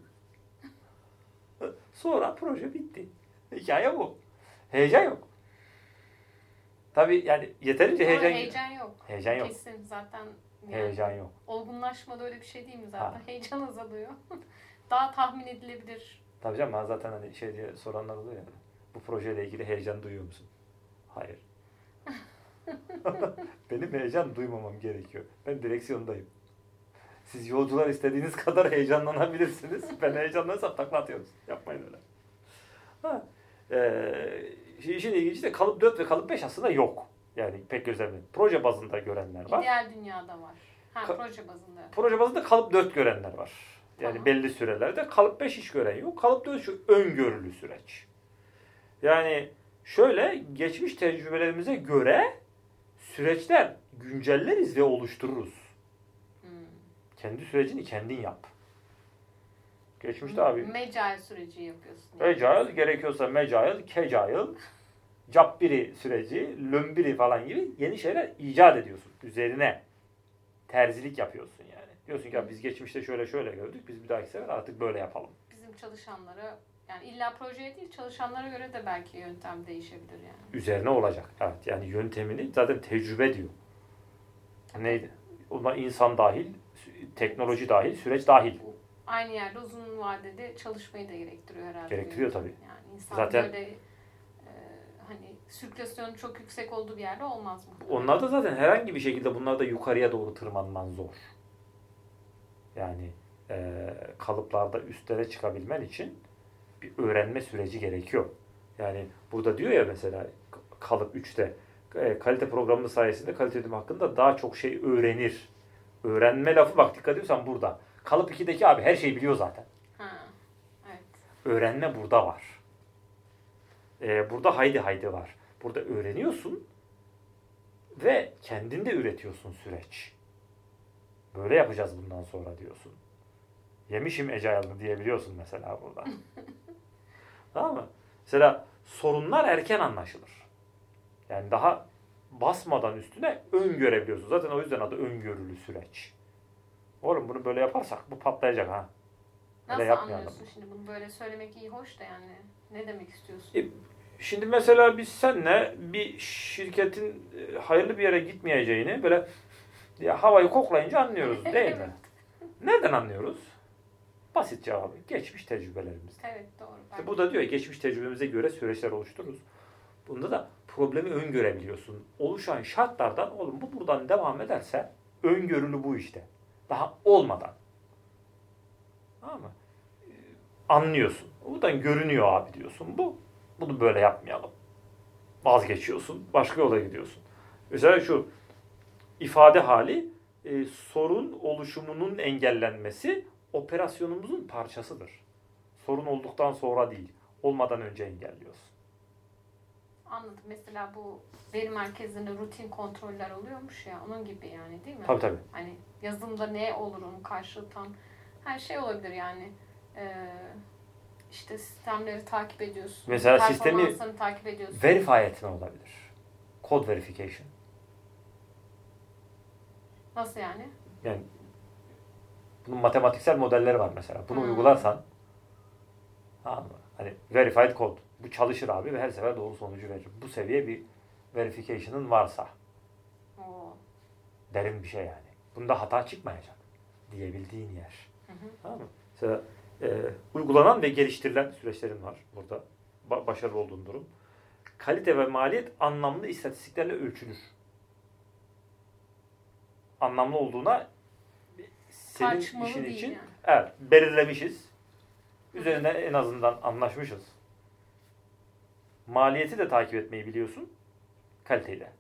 Sonra proje bitti. Hikaye bu. Heyecan yok. Tabii yani yeterince Sonra heyecan heyecan yok. Heyecan yok. Kesin zaten. Yani heyecan yok. Olgunlaşmada öyle bir şey değil mi zaten? Ha. Heyecan azalıyor. Daha tahmin edilebilir. Tabii canım ben zaten hani şey diye soranlar oluyor ya. Bu projeyle ilgili heyecan duyuyor musun? Hayır. Benim heyecan duymamam gerekiyor. Ben direksiyondayım. Siz yolcular istediğiniz kadar heyecanlanabilirsiniz. Ben heyecanlanırsam takla atıyoruz. Yapmayın öyle. Ha. Ee, şimdi işin ilginci de kalıp dört ve kalıp beş aslında yok. Yani pek gözlemli. Proje bazında görenler var. İdeal dünyada var. Ha, Ka- proje bazında. Proje bazında kalıp dört görenler var. Yani Tamam. belli sürelerde. Kalıp beş hiç gören yok. Kalıp dört şu öngörülü süreç. Yani şöyle geçmiş tecrübelerimize göre süreçler güncelleriz ve oluştururuz. Hmm. Kendi sürecini kendin yap. Geçmişte abi Mecai süreci yapıyorsun. Agile, gerekiyorsa Mecile, Kecile, Cappiri süreci, Lömbiri falan gibi yeni şeyler icat ediyorsun. Üzerine terzilik yapıyorsun yani. Diyorsun ki ya biz geçmişte şöyle şöyle gördük, biz bir dahaki sefer artık böyle yapalım. Bizim çalışanlara, yani illa projeye değil, çalışanlara göre de belki yöntem değişebilir yani. Üzerine olacak. Evet, yani yöntemini zaten tecrübe diyor. Neydi? Ona insan dahil, teknoloji dahil, süreç dahil. Aynı yerde uzun vadede çalışmayı da gerektiriyor herhalde. Gerektiriyor tabii. Yani insan Zaten böyle e, hani sirkülasyonun çok yüksek olduğu bir yerde olmaz mı? onlar da zaten herhangi bir şekilde bunlar da yukarıya doğru tırmanman zor. Yani e, kalıplarda üstlere çıkabilmen için bir öğrenme süreci gerekiyor. Yani burada diyor ya mesela kalıp üçte e, kalite programı sayesinde kalite ödülü hakkında daha çok şey öğrenir. Öğrenme lafı bak dikkat ediyorsan burada. Kalıp ikideki abi her şeyi biliyor zaten. Ha, evet. Öğrenme burada var. Ee, burada haydi haydi var. Burada öğreniyorsun ve kendin de üretiyorsun süreç. Böyle yapacağız bundan sonra diyorsun. Yemişim Agile'ını diyebiliyorsun mesela burada. Tamam mı? Mesela sorunlar erken anlaşılır. Yani daha basmadan üstüne öngörebiliyorsun. Zaten o yüzden adı öngörülü süreç. Oğlum bunu böyle yaparsak bu patlayacak ha. Nasıl Öyle yapmayalım. anlıyorsun şimdi bunu böyle söylemek iyi hoş da yani ne demek istiyorsun? E, Şimdi mesela biz seninle bir şirketin e, hayırlı bir yere gitmeyeceğini böyle ya havayı koklayınca anlıyoruz değil mi? Nereden anlıyoruz? Basit cevabı. Geçmiş tecrübelerimizden. Evet doğru. İşte bu da diyor ya, geçmiş tecrübemize göre süreçler oluştururuz. Bunda da problemi öngörebiliyorsun. Oluşan şartlardan oğlum bu buradan devam ederse öngörülü bu işte. Daha olmadan. Tamam mı? E, Anlıyorsun. Buradan görünüyor abi diyorsun. Bu Bunu böyle yapmayalım. Vazgeçiyorsun. Başka yola gidiyorsun. Mesela şu ifade hali e, sorun oluşumunun engellenmesi operasyonumuzun parçasıdır. Sorun olduktan sonra değil. Olmadan önce engelliyorsun. Anladım. Mesela bu veri merkezlerinde rutin kontroller oluyormuş ya onun gibi yani değil mi? Tabii tabii. Hani yazılımda ne olur onun karşılığı tam her şey olabilir yani. Ee, işte sistemleri takip ediyorsun. Mesela sistemi performanslarını takip ediyorsun. verify etme olabilir. Code verification. Nasıl yani? Yani bunun matematiksel modelleri var mesela. Bunu Hmm. uygularsan tamam mı? Hani verified code. Bu çalışır abi ve her sefer doğru sonucu verir. Bu seviye bir verification'ın varsa. Oo. Derin bir şey yani. Bunda hata çıkmayacak diyebildiğin yer. Hı hı. Tamam mı? Mesela e, uygulanan ve geliştirilen süreçlerin var burada. Ba- başarılı olduğun durum. Kalite ve maliyet anlamlı istatistiklerle ölçülür. Anlamlı olduğuna senin Tartışmalı işin değil için yani. evet belirlemişiz. Üzerinde en azından anlaşmışız. Maliyeti de takip etmeyi biliyorsun. Kaliteyle.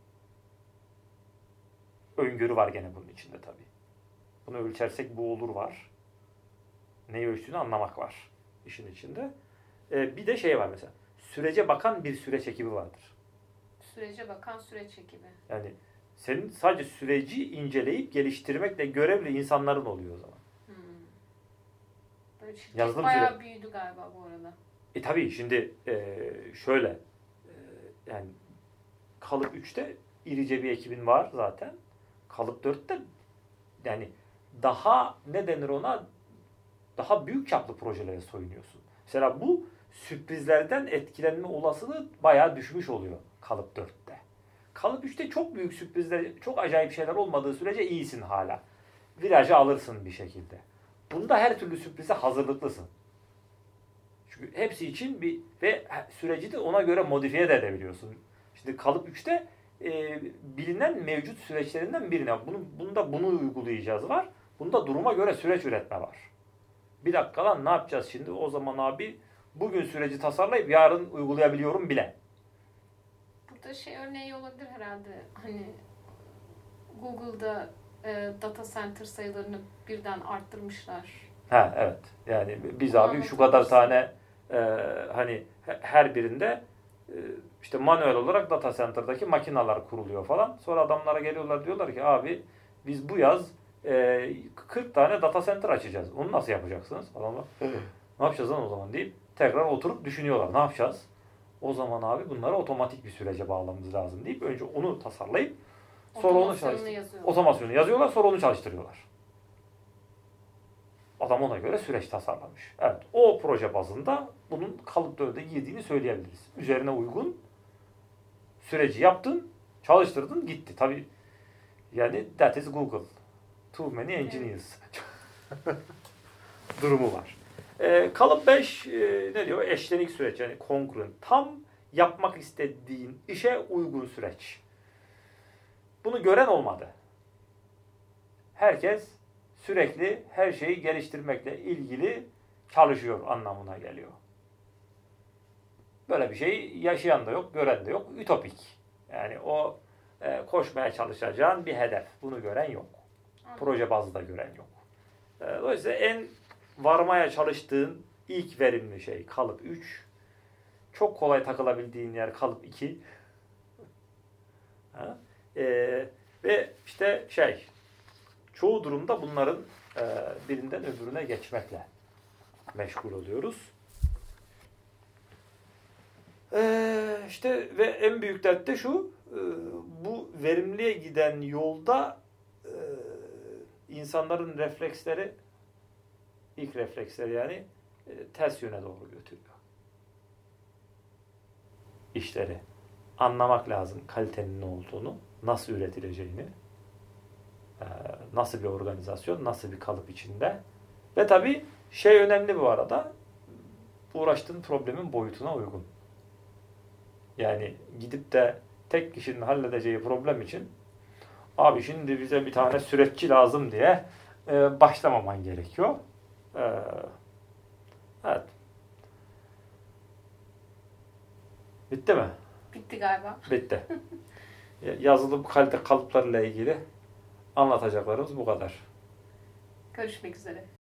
Öngörü var gene bunun içinde tabii. Bunu ölçersek bu olur var. Neyi ölçtüğünü anlamak var işin içinde. Ee, bir de şey var mesela. Sürece bakan bir süreç ekibi vardır. Sürece bakan süreç ekibi. Yani senin sadece süreci inceleyip geliştirmekle görevli insanların oluyor o zaman. Hmm. Böyle şirket Yazılım bayağı süre- büyüdü galiba bu arada. E tabii şimdi e, şöyle e, yani kalıp üçte irice bir ekibin var zaten. Kalıp dörtte yani daha ne denir ona daha büyük çaplı projelere soyunuyorsun. Mesela bu sürprizlerden etkilenme olasılığı bayağı düşmüş oluyor kalıp dörtte. Kalıp üçte çok büyük sürprizler, çok acayip şeyler olmadığı sürece iyisin hala. Virajı alırsın bir şekilde. Bunda her türlü sürprize hazırlıklısın. Çünkü hepsi için bir ve süreci de ona göre modifiye de edebiliyorsun. Şimdi kalıp üçte e, bilinen mevcut süreçlerinden birine bunu, bunda bunu uygulayacağız var. Bunda duruma göre süreç üretme var. Bir dakika lan ne yapacağız şimdi? O zaman abi bugün süreci tasarlayıp yarın uygulayabiliyorum bile. da şey örneği olabilir herhalde. Hani Google'da e, data center sayılarını birden arttırmışlar. Ha evet. Yani biz Onu abi şu kadar anlatabilirsin. tane e, hani he- her birinde e, işte manuel olarak data center'daki makineler kuruluyor falan. Sonra adamlara geliyorlar diyorlar ki abi biz bu yaz e, kırk tane data center açacağız. Onu nasıl yapacaksınız? Adamlar ne yapacağız lan o zaman deyip tekrar oturup düşünüyorlar. Ne yapacağız? O zaman abi bunları otomatik bir sürece bağlamamız lazım deyip önce onu tasarlayıp sonra onu Otomasyonunu çalıştır. yazıyorlar. Otomasyonu yazıyorlar sonra onu çalıştırıyorlar. Adam ona göre süreç tasarlamış. Evet, o proje bazında bunun kalıp dörde girdiğini söyleyebiliriz. Üzerine uygun süreci yaptın, çalıştırdın, gitti. Tabii yani that is Google. Too many engineers. Durumu var. Ee, kalıp beş e, ne diyor? Eşlenik süreç yani congruent. Tam yapmak istediğin işe uygun süreç. Bunu gören olmadı. Herkes sürekli her şeyi geliştirmekle ilgili çalışıyor anlamına geliyor. Böyle bir şey yaşayan da yok, gören de yok. Ütopik. Yani o e, koşmaya çalışacağın bir hedef. Bunu gören yok. Anladım. Proje bazlı da gören yok. E, dolayısıyla en varmaya çalıştığın ilk verimli şey kalıp üç. Çok kolay takılabildiğin yer kalıp iki. Ha? E, ve işte şey çoğu durumda bunların e, birinden öbürüne geçmekle meşgul oluyoruz. E, işte ve en büyük dert de şu, e, bu verimliye giden yolda e, insanların refleksleri, ilk refleksleri yani e, ters yöne doğru götürüyor. İşleri anlamak lazım kalitenin ne olduğunu, nasıl üretileceğini. Nasıl bir organizasyon, nasıl bir kalıp içinde. Ve tabii şey önemli bu arada, uğraştığın problemin boyutuna uygun. Yani gidip de tek kişinin halledeceği problem için abi şimdi bize bir tane süreççi lazım diye e, başlamaman gerekiyor. E, evet. Bitti mi? Bitti galiba. Bitti. Yazılım kalite kalıplarıyla ilgili anlatacaklarımız bu kadar. Görüşmek üzere.